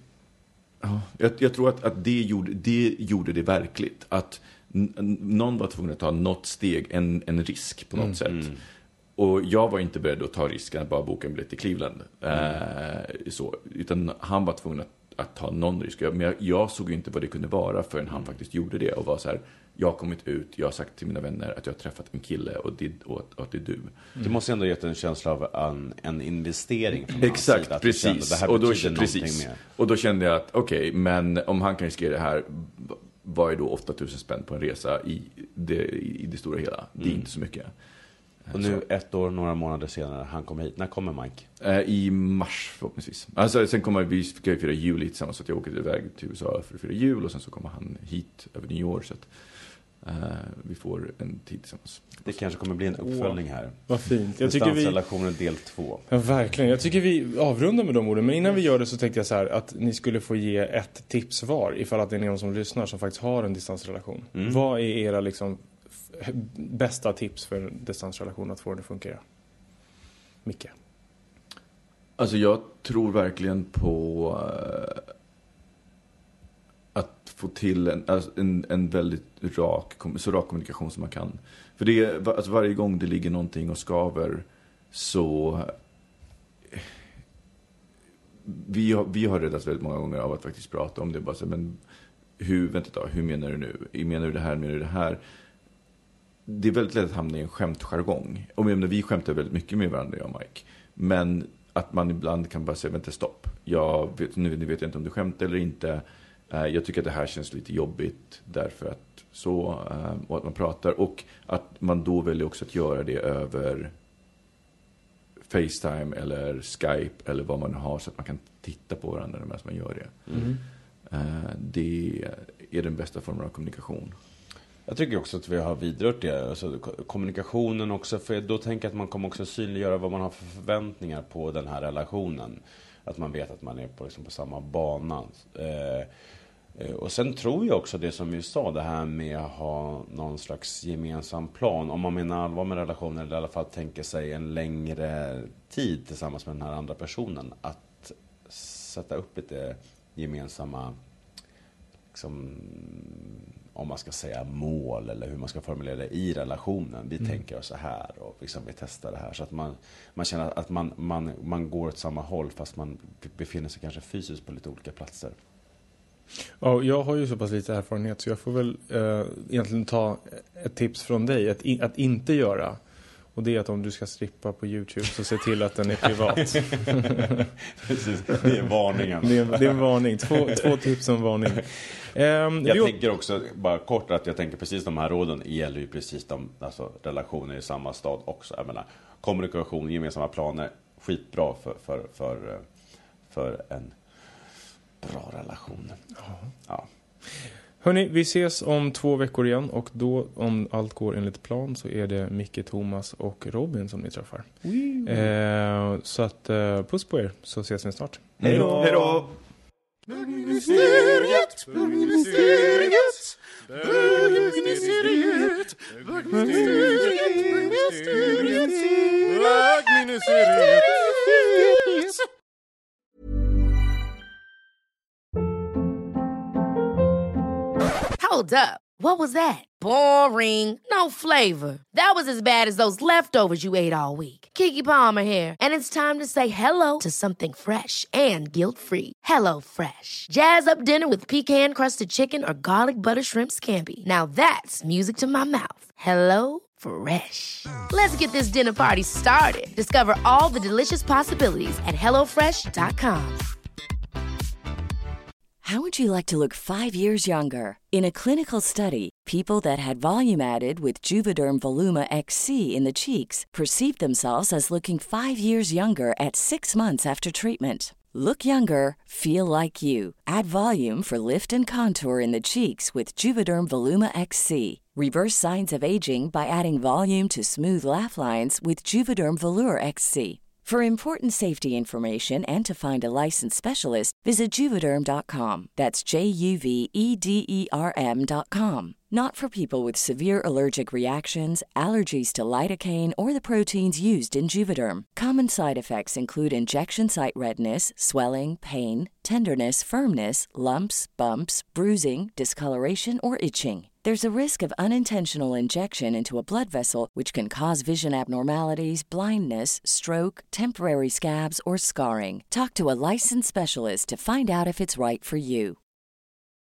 [SPEAKER 6] ja, jag, jag tror att, att det, gjorde, det gjorde det verkligt. Att n- någon var tvungen att ta något steg, en, en risk på något mm. sätt. Mm. Och jag var inte beredd att ta risken att bara boka en biljett till Cleveland. Mm. Eh, så, utan han var tvungen att, att ta någon risk. Men jag, jag såg ju inte vad det kunde vara förrän han faktiskt gjorde det. Och var så här, jag har kommit ut, jag har sagt till mina vänner att jag har träffat en kille och det, och, och att det är du. Mm.
[SPEAKER 7] Det måste ändå gett en känsla av en, en investering från
[SPEAKER 6] exakt,
[SPEAKER 7] hans sida.
[SPEAKER 6] Precis.
[SPEAKER 7] Kände, det här
[SPEAKER 6] och, då,
[SPEAKER 7] precis.
[SPEAKER 6] Mer. och då kände jag att okej, okay, men om han kan riskera det här, vad är då åtta tusen spänn på en resa i det, i det stora hela? Det är mm. inte så mycket.
[SPEAKER 7] Och nu ett år, några månader senare, han kommer hit. När kommer Mike?
[SPEAKER 6] Eh, I mars förhoppningsvis. Alltså, sen kommer vi ska fira jul tillsammans, så att jag åker iväg till U S A för att fira jul. Och sen så kommer han hit över nyår, så att eh, vi får en tid tillsammans.
[SPEAKER 7] Det kanske kommer bli en uppföljning här.
[SPEAKER 5] Oh, vad fint. Jag tycker vi...
[SPEAKER 7] Distansrelationen del två.
[SPEAKER 5] Ja, verkligen. Jag tycker vi avrundar med de orden. Men innan vi gör det så tänkte jag så här att ni skulle få ge ett tips var ifall att det är någon som lyssnar som faktiskt har en distansrelation. Mm. Vad är era liksom bästa tips för en distansrelation att få den att fungera? Micke?
[SPEAKER 6] Alltså jag tror verkligen på uh, att få till en, alltså en, en väldigt rak, så rak kommunikation som man kan. För det är, alltså varje gång det ligger någonting och skaver så vi har, vi har räddats väldigt många gånger av att faktiskt prata om det. Bara så, men hur, vänta då, hur menar du nu? Menar du det här, menar du det här? Det är väldigt lätt att hamna i en skämtjargong. Och menar, vi skämtar väldigt mycket med varandra, jag och Mike. Men att man ibland kan bara säga, vänta, stopp. Jag vet, nu, nu vet jag inte om du skämtar eller inte. Uh, jag tycker att det här känns lite jobbigt därför att så, uh, och att man pratar. Och att man då väljer också att göra det över FaceTime eller Skype eller vad man har så att man kan titta på varandra medan man gör det. Mm. Uh, det är den bästa formen av kommunikation.
[SPEAKER 7] Jag tycker också att vi har vidrört det. Alltså, kommunikationen också. För då tänker jag att man kommer också synliggöra vad man har för förväntningar på den här relationen. Att man vet att man är på, liksom, på samma bana. Eh, och sen tror jag också det som vi sa. Det här med att ha någon slags gemensam plan. Om man menar allvar med relationen. Eller i alla fall tänker sig en längre tid tillsammans med den här andra personen. Att sätta upp lite gemensamma... Liksom, om man ska säga mål eller hur man ska formulera det i relationen. Vi mm. tänker oss så här och liksom vi testar det här. Så att man, man känner att man, man, man går åt samma håll fast man befinner sig kanske fysiskt på lite olika platser.
[SPEAKER 5] Ja, jag har ju så pass lite erfarenhet så jag får väl äh, egentligen ta ett tips från dig. Att, in, att inte göra. Och det är att om du ska strippa på YouTube så se till att den är privat.
[SPEAKER 7] Precis, det är varningen.
[SPEAKER 5] Det är, det är en varning. Två, två tips om varning. Um,
[SPEAKER 7] jag
[SPEAKER 5] jo.
[SPEAKER 7] tänker också, bara kort, att jag tänker precis de här råden gäller ju precis de, alltså relationer i samma stad också. Jag menar, kommunikation, gemensamma planer, skitbra för, för, för, för en bra relation.
[SPEAKER 5] Ja.
[SPEAKER 7] Ja.
[SPEAKER 5] Hörrni, vi ses om två veckor igen och då, om allt går enligt plan, så är det Micke, Thomas och Robin som ni träffar. Eh, så att eh, puss på er, så ses vi snart.
[SPEAKER 6] Hej då! Hej då!
[SPEAKER 8] Bögministeriet, bögministeriet, bögministeriet, bögministeriet, bögministeriet, bögministeriet.
[SPEAKER 9] Hold up. What was that? Boring. No flavor. That was as bad as those leftovers you ate all week. Keke Palmer here, and it's time to say hello to something fresh and guilt-free. Hello Fresh. Jazz up dinner with pecan-crusted chicken or garlic butter shrimp scampi. Now that's music to my mouth. Hello Fresh. Let's get this dinner party started. Discover all the delicious possibilities at hello fresh dot com.
[SPEAKER 13] How would you like to look five years younger? In a clinical study, people that had volume added with Juvederm Voluma X C in the cheeks perceived themselves as looking five years younger at six months after treatment. Look younger, feel like you. Add volume for lift and contour in the cheeks with Juvederm Voluma X C. Reverse signs of aging by adding volume to smooth laugh lines with Juvederm Volure X C. For important safety information and to find a licensed specialist, visit Juvederm dot com. That's J U V E D E R M dot com. Not for people with severe allergic reactions, allergies to lidocaine, or the proteins used in Juvederm. Common side effects include injection site redness, swelling, pain, tenderness, firmness, lumps, bumps, bruising, discoloration, or itching. There's a risk of unintentional injection into a blood vessel, which can cause vision abnormalities, blindness, stroke, temporary scabs, or scarring. Talk to a licensed specialist to find out if it's right for you.